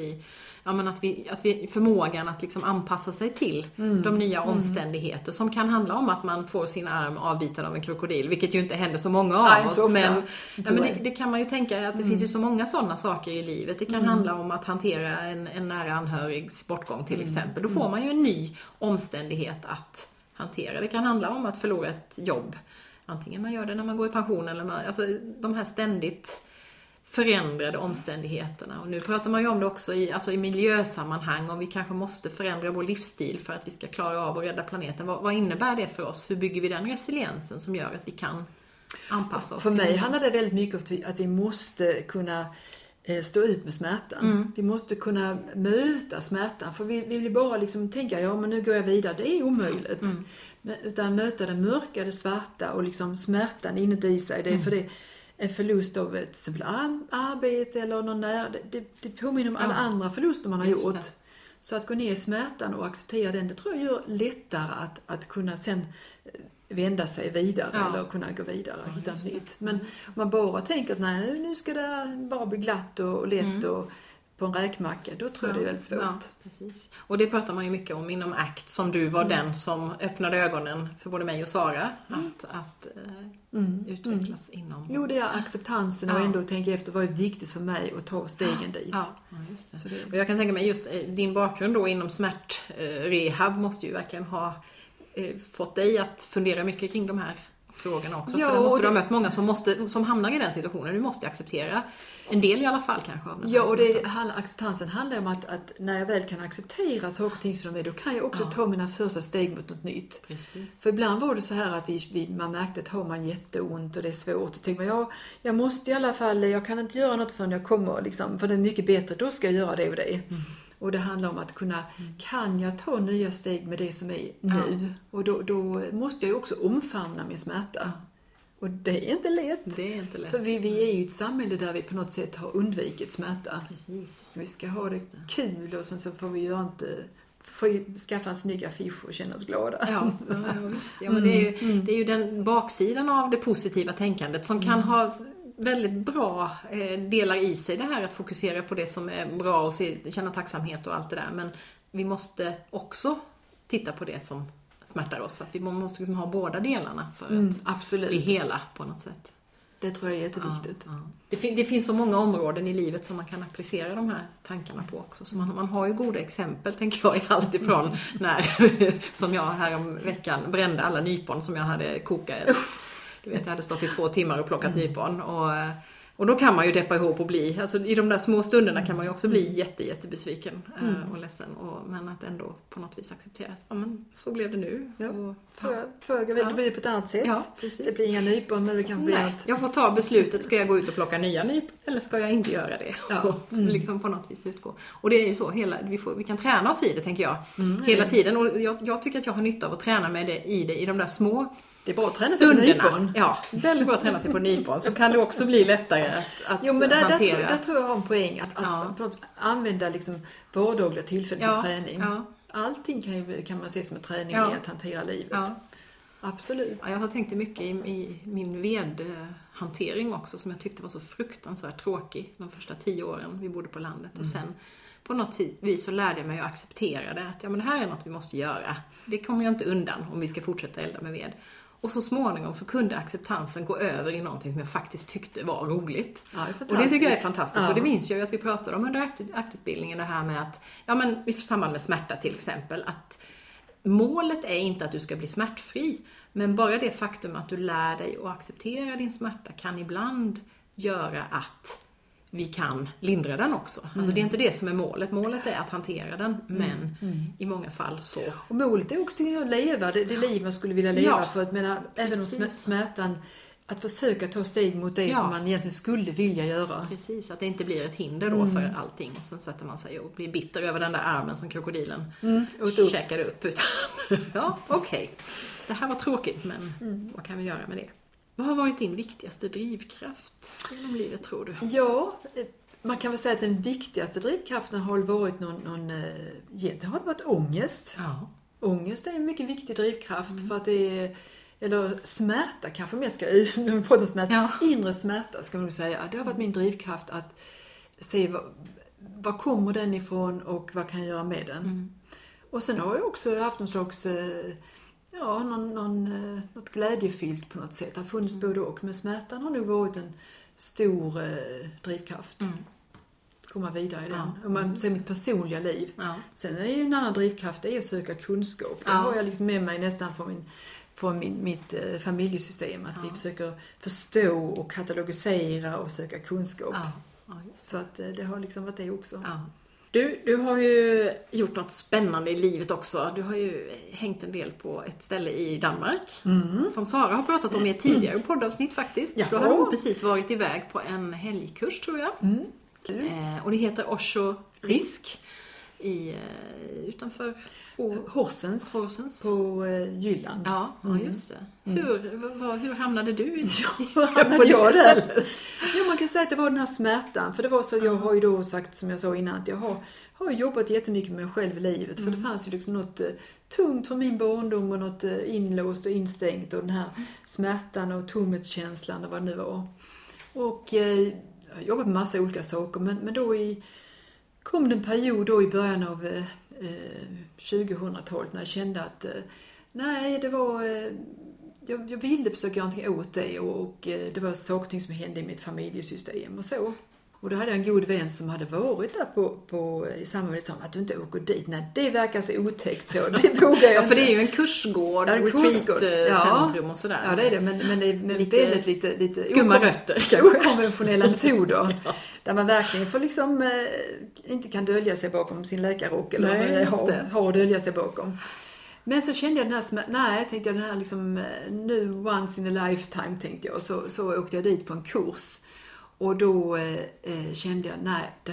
vi förmågan att liksom anpassa sig till de nya omständigheter som kan handla om att man får sin arm avbitad av en krokodil, vilket ju inte händer så många av oss, men det kan man ju tänka att det finns ju så många sådana saker i livet. Det kan handla om att hantera en nära anhörigs bortgång till exempel. Då får man ju en ny omständighet att hantera. Det kan handla om att förlora ett jobb. Antingen man gör det när man går i pension eller alltså de här ständigt förändrade omständigheterna. Och nu pratar man ju om det också i miljösammanhang, om vi kanske måste förändra vår livsstil för att vi ska klara av att rädda planeten. Vad innebär det för oss? Hur bygger vi den resiliensen som gör att vi kan anpassa oss? För mig handlar det väldigt mycket om att vi måste kunna stå ut med smärtan. Vi måste kunna möta smärtan. För vi vill bara liksom tänka, men nu går jag vidare. Det är omöjligt. Utan möta det mörka, det svarta och liksom smärtan inuti sig. Det är för det en förlust av ett exempel arbete eller någon nära. Det påminner om alla andra förluster man har gjort. Så att gå ner i smärtan och acceptera den, det tror jag gör lättare att kunna sen vända sig vidare eller kunna gå vidare och hitta något nytt. Men om man bara tänker att nej, nu ska det bara bli glatt och lätt och på en räkmacka, då tror jag det är väldigt svårt. Ja, precis. Och det pratar man ju mycket om inom ACT, som du var den som öppnade ögonen för både mig och Sara att utvecklas inom. Jo, det är acceptansen och ändå tänka efter vad är viktigt för mig att ta stegen dit. Ja, just det. Så det. Och jag kan tänka mig just din bakgrund då inom smärtrehab måste ju verkligen ha fått dig att fundera mycket kring de här frågorna också. För då måste du ha mött många som hamnar i den situationen. Du måste acceptera en del i alla fall kanske. Av den Acceptansen handlar om att när jag väl kan acceptera saker och ting som de är, då kan jag också ta mina första steg mot något nytt. Precis. För ibland var det så här att man märkte att har man jätteont och det är svårt. Och tänkte man, jag måste i alla fall, jag kan inte göra något förrän jag kommer liksom, för det är mycket bättre, då ska jag göra det och det. Och det handlar om att kan jag ta nya steg med det som är nu? Och då måste jag också omfamna min smärta. Och det är inte lätt. Det är inte lätt. För vi är ju ett samhälle där vi på något sätt har undvikit smärta. Precis. Vi ska ha det kul och sen så får vi skaffa en snygg affisch och känna oss glada. Ja, visst. Ja, men det är ju den baksidan av det positiva tänkandet som kan ha väldigt bra delar i sig, det här att fokusera på det som är bra och känna tacksamhet och allt det där. Men vi måste också titta på det som smärtar oss. Att vi måste liksom ha båda delarna för att bli hela på något sätt. Det tror jag är jätteviktigt. Det finns så många områden i livet som man kan applicera de här tankarna på också. Så man har ju goda exempel, tänker jag, i allt ifrån när, som jag här om veckan brände alla nypon som jag hade kokat. Du vet, jag hade stått i 2 timmar och plockat nypon. Och då kan man ju deppa ihop och bli, alltså i de där små stunderna kan man ju också bli jättebesviken och ledsen. Men att ändå på något vis acceptera att men så blev det nu. Ja. Det blir på ett annat sätt. Ja, det blir inga nypon, men det kan bli något. Jag får ta beslutet, ska jag gå ut och plocka nya nypon eller ska jag inte göra det? Ja. Liksom på något vis utgå. Och det är ju så, vi kan träna oss i det, tänker jag, hela tiden. Och jag tycker att jag har nytta av att träna med det i de där små. Det är bra att träna sig på nypon. Ja, väldigt bra att träna sig på nypon. Så kan det också bli lättare att hantera. Där tror jag har en poäng. Att använda liksom vardagliga tillfällen till träning. Ja. Allting kan man se som en träning i att hantera livet. Ja. Absolut. Ja, jag har tänkt mycket i min vedhantering också, som jag tyckte var så fruktansvärt tråkig de första 10 åren vi bodde på landet. Och sen på något vis så lärde jag mig att acceptera det. Att det här är något vi måste göra. Det kommer jag inte undan om vi ska fortsätta elda med ved. Och så småningom så kunde acceptansen gå över i någonting som jag faktiskt tyckte var roligt. Ja, och det tycker jag är fantastiskt. Ja. Och det minns jag ju att vi pratade om under aktutbildningen, det här med att, i samband med smärta till exempel, att målet är inte att du ska bli smärtfri. Men bara det faktum att du lär dig att acceptera din smärta kan ibland göra att vi kan lindra den också. Alltså det är inte det som är målet. Målet är att hantera den, men i många fall så. Och målet är också att leva det liv man skulle vilja leva för. Att även om smärtan, att försöka ta steg mot det som man egentligen skulle vilja göra. Precis, att det inte blir ett hinder då för allting. Och så sätter man sig och blir bitter över den där armen som krokodilen käkade upp. Okej. Det här var tråkigt, men vad kan vi göra med det? Vad har varit din viktigaste drivkraft genom livet, tror du? Ja, man kan väl säga att den viktigaste drivkraften har varit egentligen har det varit ångest. Ja. Ångest är en mycket viktig drivkraft för att eller smärta kanske mer ska när vi pratar om smärta. Inre smärta ska man nog säga. Det har varit min drivkraft att se var kommer den ifrån och vad kan jag göra med den. Och sen har jag också haft någon slags något glädjefyllt på något sätt. Det har funnits både och. Men smärtan har nog varit en stor drivkraft. Komma vidare i den. Om man ser mitt personliga liv. Sen är ju en annan drivkraft, det är att söka kunskap. Det har jag liksom med mig nästan från mitt familjesystem. Att vi försöker förstå och katalogisera och söka kunskap. Så att det har liksom varit det också. Du har ju gjort något spännande i livet också. Du har ju hängt en del på ett ställe i Danmark. Som Sara har pratat om i ett tidigare poddavsnitt faktiskt. Då har hon precis varit iväg på en helgkurs tror jag. Och det heter Osho Risk utanför Horsens på Jylland. Ja, just det. Hur hamnade du i hamnade jag där? Jo, man kan säga att det var den här smärtan. För det var så att jag har ju då sagt, som jag sa innan, att jag har jobbat jättemycket med mig själv i livet. För det fanns ju liksom något tungt från min barndom och något inlåst och instängt. Och den här smärtan och tomhetskänslan och vad det nu var. Och jag jobbade med massa olika saker. Men då kom det en period då i början av 2000-talet när jag kände att det var jag ville försöka göra någonting åt det och det var saker som hände i mitt familjesystem och så. Och då hade jag en god vän som hade varit där på i samband med att du inte åker dit. Nej, det verkar så otäckt så. Det vågar jag för det är ju en kursgård, retreat-centrum och sådär. Ja, det är det. Men det är lite skumma rötter. Okonventionella metoder. Där man verkligen får liksom inte kan dölja sig bakom sin läkarrock eller har att dölja sig bakom. Men så kände jag den här liksom nu once in a lifetime tänkte jag. Så åkte jag dit på en kurs. Och då kände jag,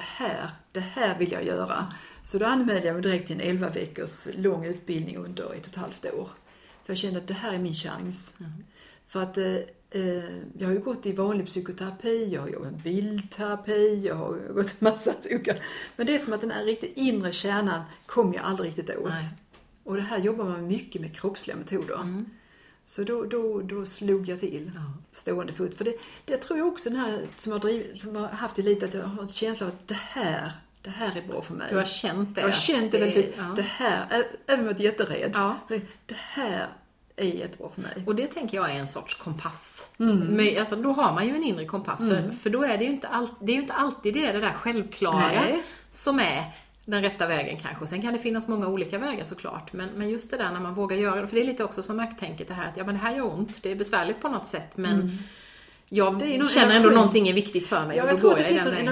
det här vill jag göra. Så då anmälde jag mig direkt till en 11 veckors lång utbildning under 1,5 år. För jag kände att det här är min chans. För att jag har ju gått i vanlig psykoterapi, jag har jobbat med bildterapi, jag har gått en massa olika. Men det är som att den här riktigt inre kärnan kom jag aldrig riktigt åt. Nej. Och det här jobbar man mycket med kroppsliga metoder. Så då slog jag till stående fot. För det tror jag också den här som har haft i livet, att jag har en känsla av att det här är bra för mig. Du har känt det? Jag har känt det väldigt, det här, även om jag är jätterädd. Det här är jättebra för mig. Och det tänker jag är en sorts kompass. Men, alltså, då har man ju en inre kompass. För då är det ju inte alltid det där självklara som är den rätta vägen kanske. Sen kan det finnas många olika vägar såklart. Men just det där när man vågar göra det. För det är lite också som makttänket det här att men det här gör ont. Det är besvärligt på något sätt. Men jag känner ändå någonting är viktigt för mig. Jag tror att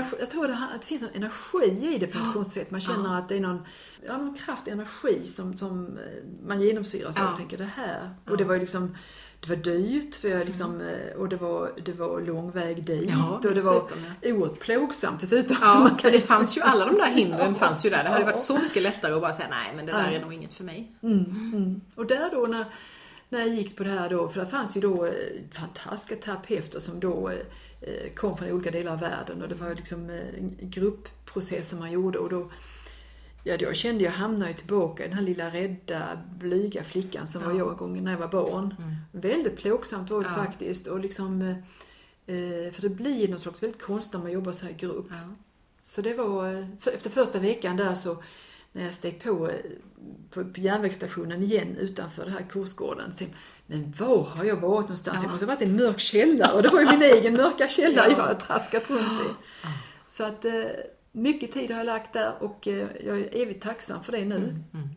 det finns en energi i det på ett konstigt sätt. Man känner att det är någon kraft, energi som man genomsyras av och tänker det här. Och det var ju liksom, det var dyrt för jag liksom, och det var lång väg dit och det var oerhört plågsamt dessutom. Ja, så det fanns ju alla de där hindren fanns ju där. Det hade varit så mycket lättare att bara säga nej, men det där är nog inget för mig. Och där då när jag gick på det här då, för det fanns ju då fantastiska terapeuter som då kom från olika delar av världen och det var liksom en gruppprocess som man gjorde och då jag kände jag hamnade tillbaka i den här lilla rädda, blyga flickan som var jag en gång när jag var barn. Väldigt plågsamt var det faktiskt. Och liksom, för det blir något slags väldigt konstigt när man jobbar så här i grupp. Så det var, efter första veckan där så, när jag steg på järnvägsstationen igen utanför den här kursgården. Så, men var har jag varit någonstans? Jag måste ha varit i en mörk källare. Och det var ju min egen mörka källare jag har traskat runt i. Så att mycket tid har jag lagt där och jag är evigt tacksam för det nu.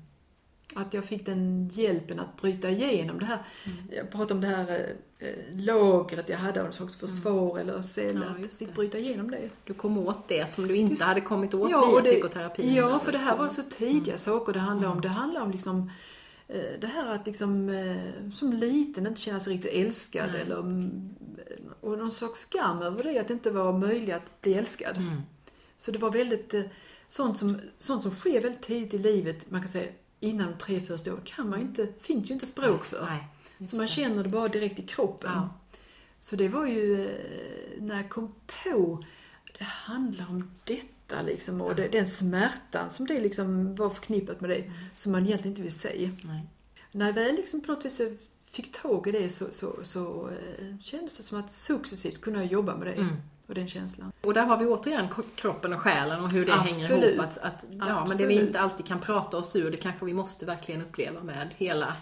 Att jag fick den hjälpen att bryta igenom det här. Jag pratade om det här lagret jag hade av en slags försvar eller cell. Att bryta igenom det. Du kom åt det som du inte hade kommit åt via psykoterapin. Ja, för det här var så tidiga saker det handlar om. Det handlar om liksom det här att liksom som liten inte känna sig riktigt älskad eller och någon slags skam över det att det inte var möjligt att bli älskad. Så det var väldigt sånt som sker väldigt tidigt i livet, man kan säga innan de 3 första åren kan man ju inte, finns ju inte språk för. Så man känner det bara direkt i kroppen. Så det var ju när jag kom på det handlar om detta liksom och den smärtan som det liksom var förknippat med det som man egentligen inte vill säga. När jag väl liksom på något vis fick tag i det så kändes det som att successivt kunna jobba med det. Och den känslan. Och där har vi återigen kroppen och själen och hur det hänger ihop. Men det vi inte alltid kan prata oss ur, det kanske vi måste verkligen uppleva med hela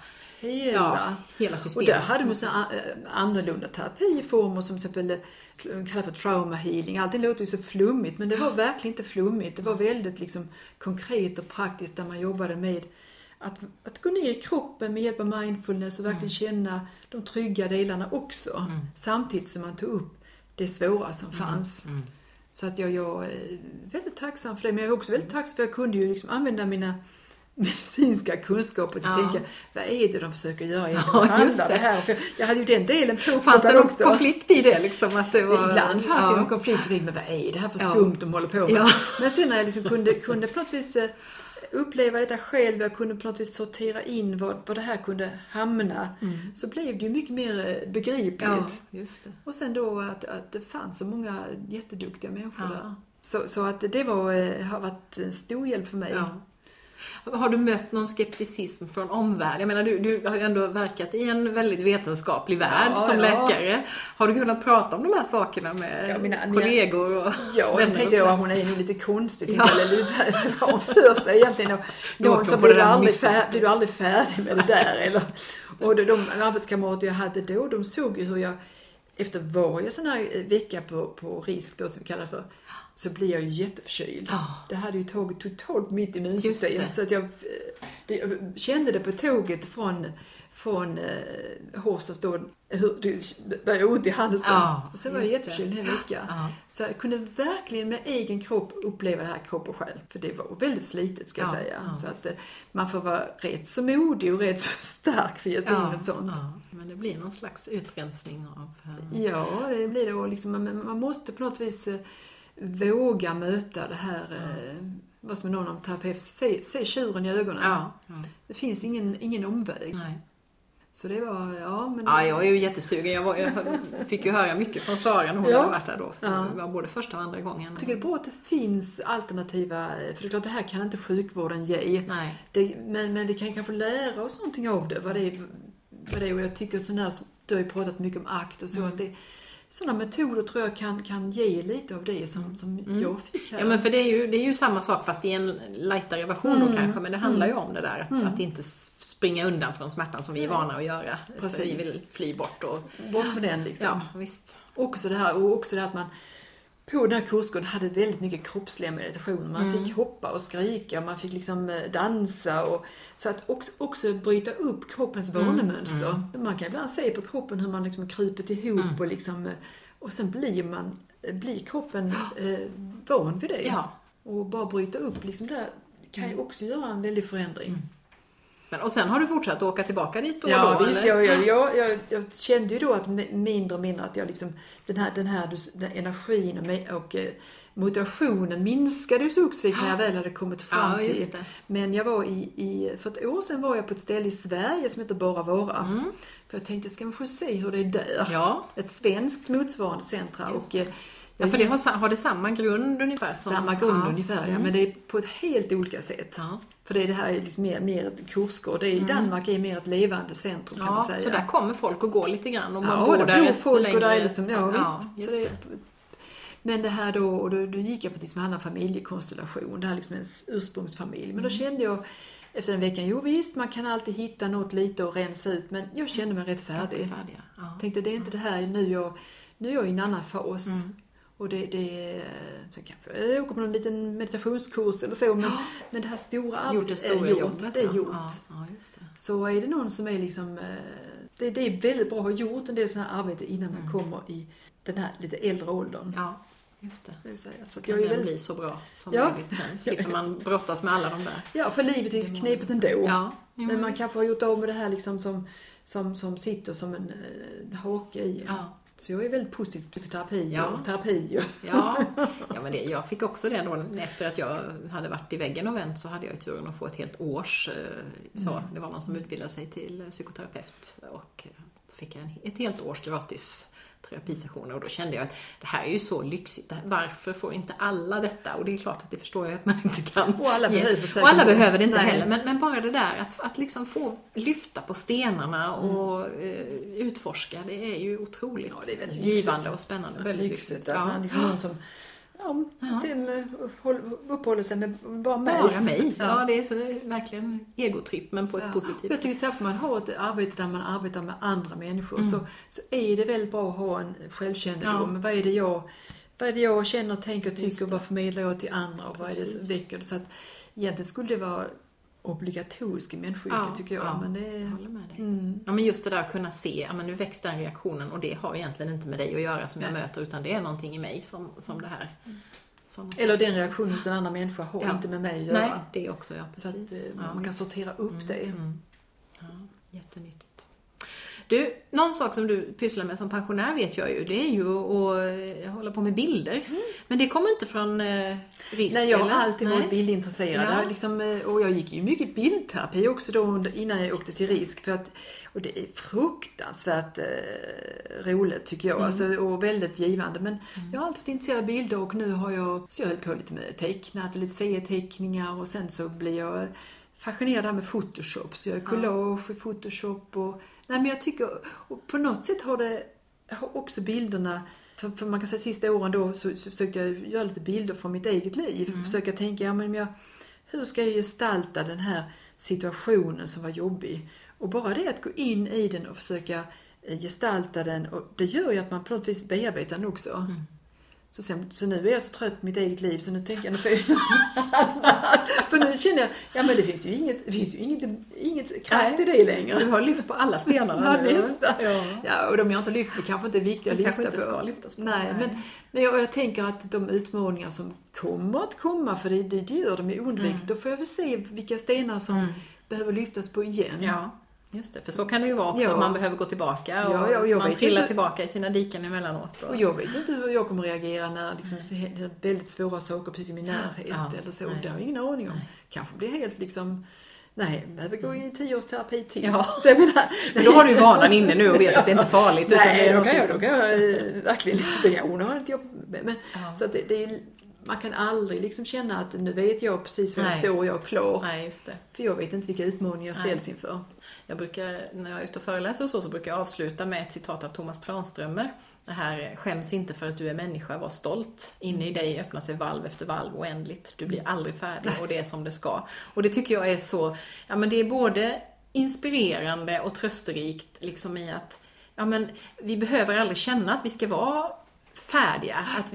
systemet. Och där hade man så annorlunda terapiformer som till exempel kallas för trauma healing. Allting låter ju så flummigt, men det var verkligen inte flummigt. Det var väldigt liksom konkret och praktiskt där man jobbade med att gå ner i kroppen med hjälp av mindfulness och verkligen känna de trygga delarna också. Samtidigt som man tog upp det svåra som fanns. Så att jag är väldigt tacksam för det. Men jag är också väldigt tacksam för att jag kunde ju liksom använda mina medicinska kunskaper till att tänka, vad är det de försöker göra? Det här? För jag hade ju den delen på. Fanns det någon konflikt i det? Liksom, att det var, ibland fanns det någon konflikt. Jag tänkte, men vad är det här för skumt de håller på med? Ja. Men sen när jag liksom kunde på något vis uppleva detta själv, jag kunde på något vis sortera in var det här kunde hamna, så blev det ju mycket mer begripligt. Ja, just det. Och sen då att det fanns så många jätteduktiga människor där. Så att det har varit en stor hjälp för mig. Ja. Har du mött någon skepticism från omvärlden? Jag menar, du har ju ändå verkat i en väldigt vetenskaplig värld som läkare. Har du kunnat prata om de här sakerna med mina kollegor och vänner? Jag tänkte att hon är nog lite konstigt. Eller lite vad hon för sig egentligen. Någon så blir du aldrig färdig med det där. Eller? Och de arbetskamrater jag hade då, de såg ju hur jag efter varje sån här vecka på risk då, som vi kallar för, så blir jag ju jätteförkyld. Det hade ju tagit totalt mitt immunsystem. Så att jag kände det på tåget från Horsens då, hur det började ont i halsen. Och så var jag jätteförkyld en hel vecka. Så jag kunde verkligen med egen kropp uppleva det här kropp och själ. För det var väldigt slitet, ska jag säga. Så att man får vara rätt så modig och rätt så stark för att ge sig in ett sånt. Men det blir någon slags utrensning av... Ja, det blir det. Och liksom, man måste på något vis våga möta det här, vad som är någon av terapeuter, se tjuren i ögonen. Det finns ingen omväg. Nej. Så det var, jag är ju jättesugen. Jag fick ju höra mycket från Sara när hon hade varit där då. Det var både första och andra gången. Jag tycker det är bra att det finns alternativa, för det är klart det här kan inte sjukvården ge. Nej. Men vi kan kanske lära oss någonting av det. Vad det är, och jag tycker sån här, du har ju pratat mycket om ACT och så, att det sådana metoder tror jag kan ge lite av det som jag fick här. Ja, men för det är ju samma sak fast i en lightare version då kanske. Men det handlar ju om det där att inte springa undan från smärtan som vi är vana att göra. Precis. För vi vill fly bort. Bort med den liksom. Ja, visst. Också det här att man på den här kursgården hade väldigt mycket kroppsliga meditationer. Man fick hoppa och skrika, man fick liksom dansa. Och, så att också bryta upp kroppens vanemönster. Man kan ibland se på kroppen hur man liksom kryper ihop och liksom, och sen blir kroppen van vid det. Ja. Och bara bryta upp liksom där kan ju också göra en väldig förändring. Och sen har du fortsatt att åka tillbaka dit då? Ja, visst. Jag kände ju då att mindre och mindre att jag liksom, den här energin och motivationen minskade ju successivt när jag väl hade kommit fram till. Men jag var för ett år sedan var jag på ett ställe i Sverige som heter Bara Vara. För jag tänkte, ska man få se hur det är där? Ja. Ett svenskt motsvarande centra. För det har det samma grund ungefär? Samma grund ungefär, men det är på ett helt olika sätt. Ja. För det här är liksom mer ett kursgård. I Danmark är mer ett levande centrum kan man säga. Så där kommer folk och går lite grann och man bor där bor folk längre. Och där är liksom, visst. Så men det här då gick jag på en annan familjekonstellation. Det här är liksom en ursprungsfamilj. Men då kände jag efter en vecka, visst, man kan alltid hitta något lite och rensa ut. Men jag kände mig rätt färdig. Tänkte, det är inte det här, nu är jag i en annan fas. Och så kanske jag åker på någon liten meditationskurs eller så, men det här stora arbetet är gjort. Ja, just det. Så är det någon som är liksom, det är väldigt bra att ha gjort en del sådana här arbete innan man kommer i den här lite äldre åldern. Ja, just det. Så kan det bli så bra som möjligt sen. Slipper man brottas med alla de där. Ja, för livet är ju knepigt ändå. Ja, men man kanske har gjort av med det här liksom som sitter som en hake i. Ja. Så jag är väldigt positiv till psykoterapi och terapi. Ja, men jag fick också det då. Efter att jag hade varit i väggen och vänt så hade jag turen att få ett helt års. Det var någon som utbildade sig till psykoterapeut och fick jag ett helt års gratis terapisessioner och då kände jag att det här är ju så lyxigt. Varför får inte alla detta? Och det är klart att det förstår jag att man inte kan. Och alla behöver det inte heller. Men bara det där att liksom få lyfta på stenarna och utforska, det är ju otroligt givande och spännande. Väldigt lyxigt. Ja. Liksom någon som uppehåller sig med bara mig. Ja, det är så verkligen egotripp, men på ett positivt. Jag tycker så att man har ett arbete där man arbetar med andra människor så är det väl bra att ha en självkännedom. Vad är det jag känner, tänker och tycker och vad förmedlar jag till andra och vad är det som väcker. Så att egentligen skulle det vara obligatoriskt i människoyrket tycker jag. Men det jag håller med dig. Ja, men just det där att kunna se, nu växte den reaktionen och det har egentligen inte med dig att göra som jag möter, utan det är någonting i mig som det här. Eller den reaktionen hos en annan människa har inte med mig att göra. Nej, det är också, precis. Så att man kan sortera upp det. Ja, jättenyttigt. Du, någon sak som du pysslar med som pensionär vet jag ju, det är ju att hålla på med bilder. Men det kommer inte från risk, Nej, jag har eller? alltid varit bildintresserad. Ja. Och jag gick ju mycket bildterapi också då innan jag åkte till risk. Och det är fruktansvärt roligt tycker jag. Alltså, och väldigt givande. Men jag har alltid varit intresserad av bilder och nu har jag höll på lite med tecknat, lite serieteckningar och sen så blir jag fascinerad med Photoshop. Så jag är collage i Photoshop och men jag tycker, och på något sätt har också bilderna, för man kan säga sista åren då så försökte jag göra lite bilder från mitt eget liv. Försöka tänka, hur ska jag gestalta den här situationen som var jobbig? Och bara det att gå in i den och försöka gestalta den, och det gör ju att man på något vis bearbetar den också. Så nu är jag så trött på mitt eget liv så nu tänker jag för nu känner jag men det finns ju inget kraft i det längre. Du har lyft på alla stenarna nu. Ja, och de jag inte lyft på kanske inte är viktiga att lyfta på. Kanske inte ska lyftas på. Nej, men jag tänker att de utmaningar som kommer att komma, för det gör de ju oundvikligt, då får jag väl se vilka stenar som behöver lyftas på igen. Ja. Just det, för så kan det ju vara också att man behöver gå tillbaka och man trillar tillbaka i sina diken emellanåt. Och jag vet inte hur jag kommer reagera när liksom händer väldigt svåra saker precis i min närhet eller så. Det har jag ingen aning om. Nej. Kanske blir helt liksom, behöver gå i 10 års terapi till. Ja. Så men då har du ju vanan inne nu och vet att det inte är farligt. Nej, då kan jag verkligen liksom, har inte jobbat med. Så att det är, man kan aldrig liksom känna att nu vet jag precis var jag står och jag är klar. Nej, just det. För jag vet inte vilka utmaningar jag ställs inför. Jag brukar, när jag är ute och föreläser och så brukar jag avsluta med ett citat av Thomas Tranströmer. Det här, skäms inte för att du är människa, var stolt. Inne i dig öppnar sig valv efter valv oändligt. Du blir aldrig färdig och det är som det ska. Och det tycker jag är så, det är både inspirerande och trösterikt liksom i att vi behöver aldrig känna att vi ska vara färdiga, att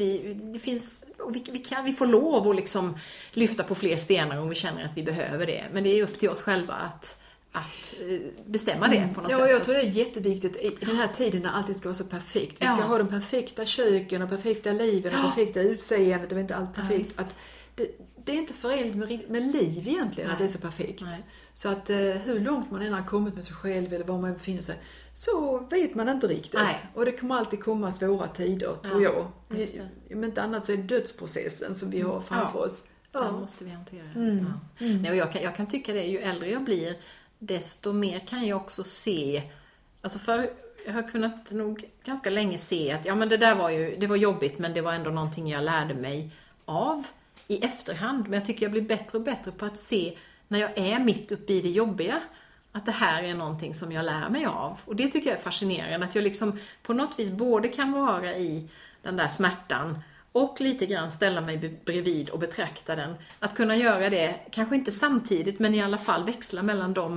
vi får lov att liksom lyfta på fler stenar om vi känner att vi behöver det, men det är upp till oss själva att bestämma det på något sätt. Ja, jag tror det är jätteviktigt i den här tiden när allting ska vara så perfekt. Vi ska ha de perfekta köken och perfekta liven och perfekta utseendet och inte allt perfekt. Att det är inte förenligt med liv egentligen att det är så perfekt. Nej. Så att hur långt man än har kommit med sig själv eller var man befinner sig, så vet man inte riktigt. Nej. Och det kommer alltid komma svåra tider, tror jag. Om inte annat så är det dödsprocessen som vi har framför oss. Den måste vi hantera. Nej, och jag kan tycka det, ju äldre jag blir, desto mer kan jag också se, alltså för jag har kunnat nog ganska länge se att det var jobbigt, men det var ändå någonting jag lärde mig av i efterhand. Men jag tycker jag blir bättre och bättre på att se när jag är mitt uppe i det jobbiga, att det här är någonting som jag lär mig av. Och det tycker jag är fascinerande, att jag liksom på något vis både kan vara i den där smärtan och lite grann ställa mig bredvid och betrakta den. Att kunna göra det, kanske inte samtidigt, men i alla fall växla mellan de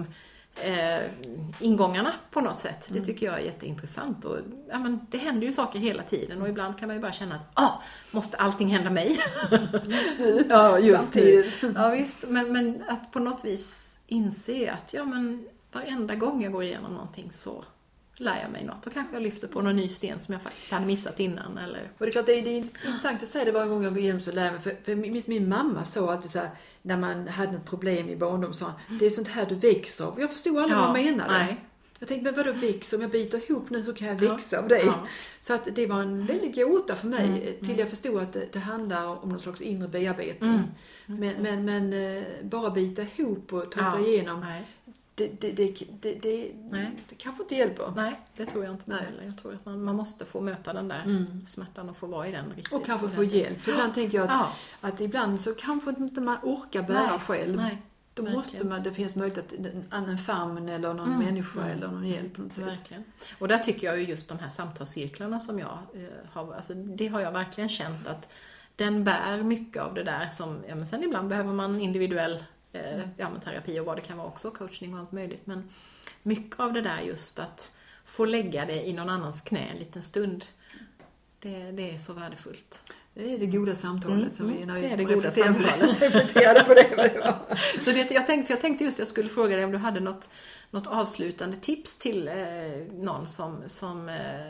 ingångarna på något sätt. Det tycker jag är jätteintressant. Och, det händer ju saker hela tiden och ibland kan man ju bara känna att måste allting hända mig? Just nu. Ja, just nu. Ja, visst. Men att på något vis inse att varenda gång jag går igenom någonting så lär jag mig något. Och kanske jag lyfter på någon ny sten som jag faktiskt hade missat innan. Eller... Och det är klart, det är intressant att säga det varje gång jag går igenom så lär jag mig. För min mamma sa alltid så här, när man hade ett problem i barndom, sa det är sånt här du växer av. Jag förstod aldrig vad hon menade. Nej. Jag tänkte, men vadå växer? Om jag biter ihop nu, hur kan jag växa av det? Ja. Så att det var en väldigt gåta för mig till jag förstod att det handlar om någon slags inre bearbetning. Men bara bita ihop och ta sig igenom. Nej. det kanske inte hjälper. Nej, det tror jag inte heller. Jag tror att man måste få möta den där smärtan och få vara i den riktigt. Och kanske få hjälp. För ibland tänker jag att ibland så kanske inte man orkar bära själv. Nej. Då måste det finns möjlighet att en famn eller någon människa eller någon hjälp på något sätt. Verkligen. Och där tycker jag ju just de här samtalscirklarna som jag har, alltså det har jag verkligen känt att den bär mycket av det där som, men sen ibland behöver man individuell terapi och vad det kan vara också, coachning och allt möjligt. Men mycket av det där just att få lägga det i någon annans knä en liten stund, det är så värdefullt. Det är det goda samtalet som vi det är det goda samtalet. På det. Så jag tänkte just jag skulle fråga dig om du hade något avslutande tips till någon som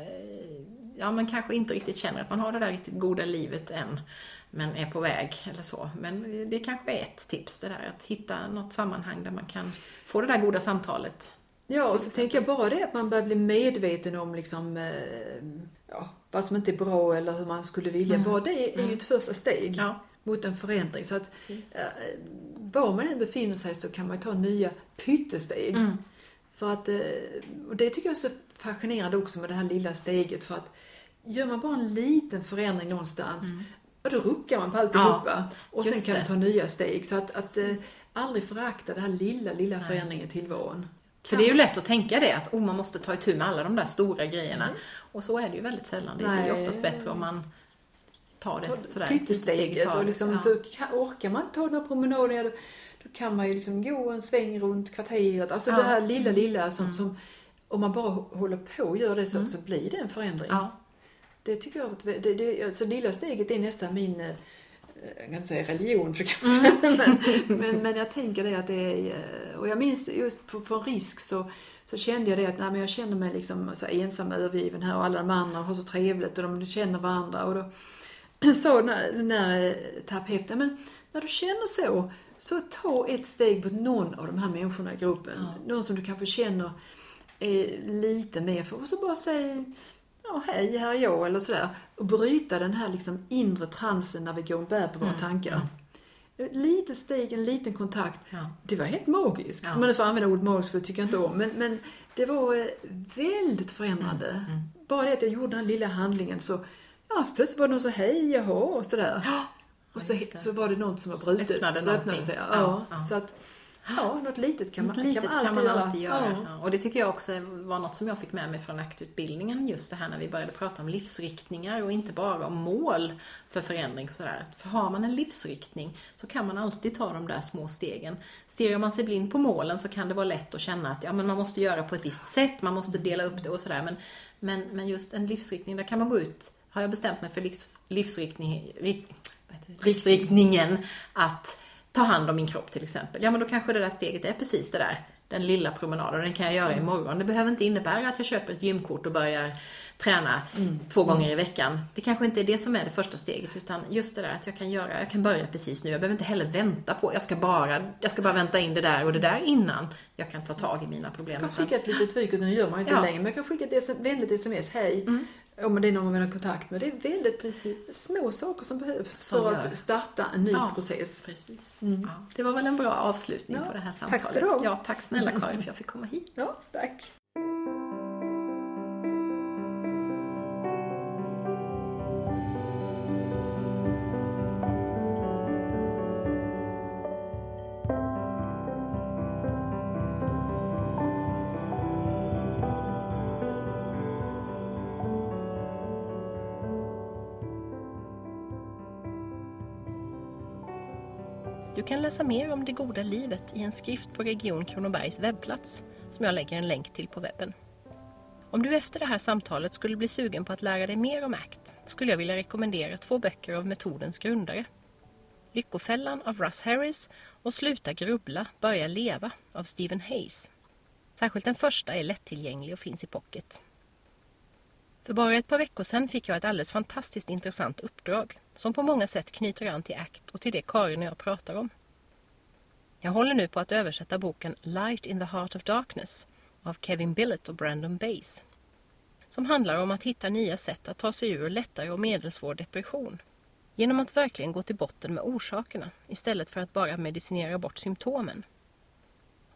man kanske inte riktigt känner att man har det där riktigt goda livet än, men är på väg eller så. Men det kanske är ett tips det där, att hitta något sammanhang där man kan få det där goda samtalet. Ja, och så tänker jag bara det att man börjar bli medveten om liksom, vad som inte är bra eller hur man skulle vilja. Bara det är ju ett första steg mot en förändring. Så att var man än befinner sig så kan man ta nya pyttesteg. För att, och det tycker jag är så fascinerande också med det här lilla steget. För att gör man bara en liten förändring någonstans, och då ruckar man på alltihopa. Och sen kan man ta nya steg. Så att aldrig förakta det här lilla förändringen i tillvaron. För det är ju lätt att tänka det, att man måste ta itu med alla de där stora grejerna. Och så är det ju väldigt sällan. Det är ju oftast bättre om man tar det sådär. Pyttesteget. Och liksom, så orkar man ta några promenader, då kan man ju liksom gå en sväng runt kvarteret. Alltså det här lilla som om man bara håller på och gör det så blir det en förändring. Det tycker jag att alltså lilla steget är nästan min, jag kan inte säga religion men jag tänker det att det är, och jag minns just från risk så kände jag det att jag känner mig liksom så ensam och övergiven här och alla de andra har så trevligt och de känner varandra och då sa när terapeuten, men när du känner så ta ett steg på någon av de här människorna i gruppen, någon som du kanske känner är lite mer för, och så bara säg hej, här är jag, eller sådär. Och bryta den här liksom inre transen när vi går och bär på våra tankar. Lite steg, en liten kontakt. Det var helt magiskt. Man får använda ord magiskt för det tycker jag inte om. Men det var väldigt förändrande. Bara det att jag gjorde den lilla handlingen så plötsligt var det någon så hej, jaha, och sådär. Och så var det något som var brutet. Så öppnade sig. Så att något litet kan man alltid göra. Och det tycker jag också var något som jag fick med mig från aktutbildningen, just det här när vi började prata om livsriktningar och inte bara om mål för förändring. Sådär. För har man en livsriktning så kan man alltid ta de där små stegen. Stirrar man sig blind på målen så kan det vara lätt att känna att men man måste göra på ett visst sätt, man måste dela upp det och sådär. Men just en livsriktning, där kan man gå ut, har jag bestämt mig för livsriktningen att ta hand om min kropp till exempel. Men då kanske det där steget är precis det där. Den lilla promenaden, den kan jag göra imorgon. Det behöver inte innebära att jag köper ett gymkort och börjar träna 2 gånger i veckan. Det kanske inte är det som är det första steget, utan just det där att jag kan börja precis nu. Jag behöver inte heller vänta på, jag ska bara vänta in det där och det där innan jag kan ta tag i mina problem. Jag kan skicka ett litet tryck och det gör man inte längre. Men jag kan skicka ett vänligt sms, hej. Om det är någon man vill ha kontakt med. Det är väldigt små saker som behövs för att starta en ny process. Precis. Det var väl en bra avslutning på det här samtalet. Tack ska du ha. Ja, tack snälla Karin för att jag fick komma hit. Ja, tack. Du kan läsa mer om det goda livet i en skrift på Region Kronobergs webbplats som jag lägger en länk till på webben. Om du efter det här samtalet skulle bli sugen på att lära dig mer om ACT skulle jag vilja rekommendera 2 böcker av metodens grundare. Lyckofällan av Russ Harris och Sluta grubbla, börja leva av Stephen Hayes. Särskilt den första är lättillgänglig och finns i pocket. För bara ett par veckor sedan fick jag ett alldeles fantastiskt intressant uppdrag som på många sätt knyter an till ACT och till det Karin och jag pratar om. Jag håller nu på att översätta boken Light in the Heart of Darkness av Kevin Billett och Brandon Bays, som handlar om att hitta nya sätt att ta sig ur lättare och medelsvår depression genom att verkligen gå till botten med orsakerna istället för att bara medicinera bort symptomen.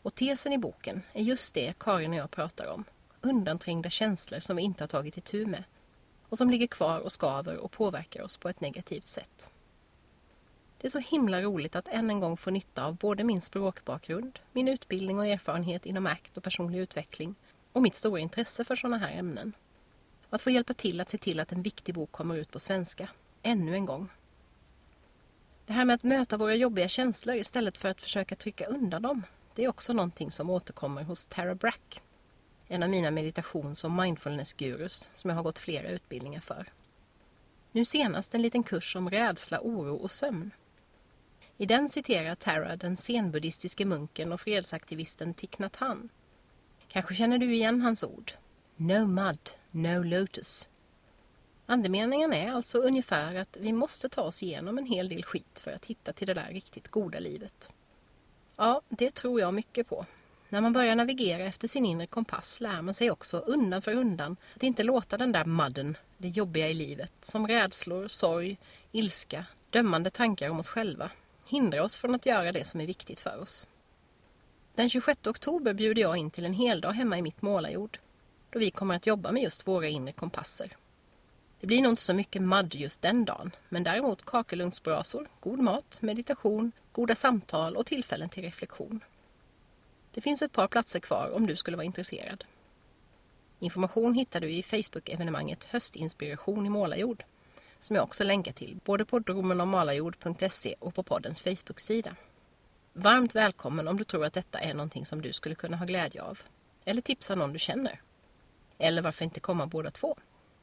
Och tesen i boken är just det Karin och jag pratar om. Undanträngda känslor som vi inte har tagit itu med. Och som ligger kvar och skaver och påverkar oss på ett negativt sätt. Det är så himla roligt att än en gång få nytta av både min språkbakgrund, min utbildning och erfarenhet inom ACT och personlig utveckling och mitt stora intresse för sådana här ämnen. Att få hjälpa till att se till att en viktig bok kommer ut på svenska, ännu en gång. Det här med att möta våra jobbiga känslor istället för att försöka trycka undan dem, det är också någonting som återkommer hos Tara Brach. En av mina meditations- och mindfulness-gurus som jag har gått flera utbildningar för. Nu senast en liten kurs om rädsla, oro och sömn. I den citerar Tara den zenbuddhistiske munken och fredsaktivisten Thich Nhat Hanh. Kanske känner du igen hans ord. No mud, no lotus. Andemeningen är alltså ungefär att vi måste ta oss igenom en hel del skit för att hitta till det där riktigt goda livet. Ja, det tror jag mycket på. När man börjar navigera efter sin inre kompass lär man sig också undan för undan att inte låta den där mudden, det jobbiga i livet, som rädslor, sorg, ilska, dömande tankar om oss själva, hindra oss från att göra det som är viktigt för oss. Den 26 oktober bjuder jag in till en heldag hemma i mitt målarjord, då vi kommer att jobba med just våra inre kompasser. Det blir nog inte så mycket mud just den dagen, men däremot kakelugnsbrasor, god mat, meditation, goda samtal och tillfällen till reflektion. Det finns ett par platser kvar om du skulle vara intresserad. Information hittar du i Facebook-evenemanget Höstinspiration i målarjord, som jag också länkar till både på dromenomalarjord.se och på poddens Facebook-sida. Varmt välkommen om du tror att detta är någonting som du skulle kunna ha glädje av. Eller tipsa någon du känner. Eller varför inte komma båda två.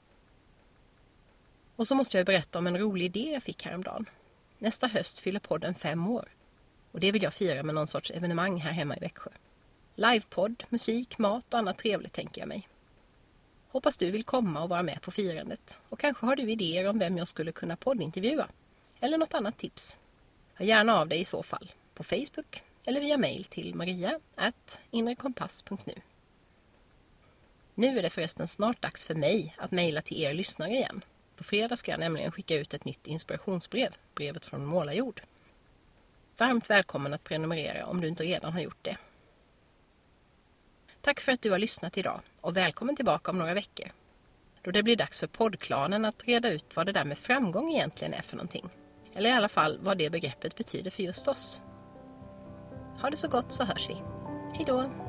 Och så måste jag berätta om en rolig idé jag fick häromdagen. Nästa höst fyller podden 5 år. Och det vill jag fira med någon sorts evenemang här hemma i Växjö. Livepodd, musik, mat och annat trevligt tänker jag mig. Hoppas du vill komma och vara med på firandet. Och kanske har du idéer om vem jag skulle kunna poddintervjua. Eller något annat tips. Hör gärna av dig i så fall. På Facebook eller via mail till maria@inrekompass.nu. Nu är det förresten snart dags för mig att mejla till er lyssnare igen. På fredag ska jag nämligen skicka ut ett nytt inspirationsbrev, brevet från målarjord. Varmt välkommen att prenumerera om du inte redan har gjort det. Tack för att du har lyssnat idag och välkommen tillbaka om några veckor. Då det blir dags för poddklanen att reda ut vad det där med framgång egentligen är för någonting. Eller i alla fall vad det begreppet betyder för just oss. Ha det så gott så hörs vi. Hej då!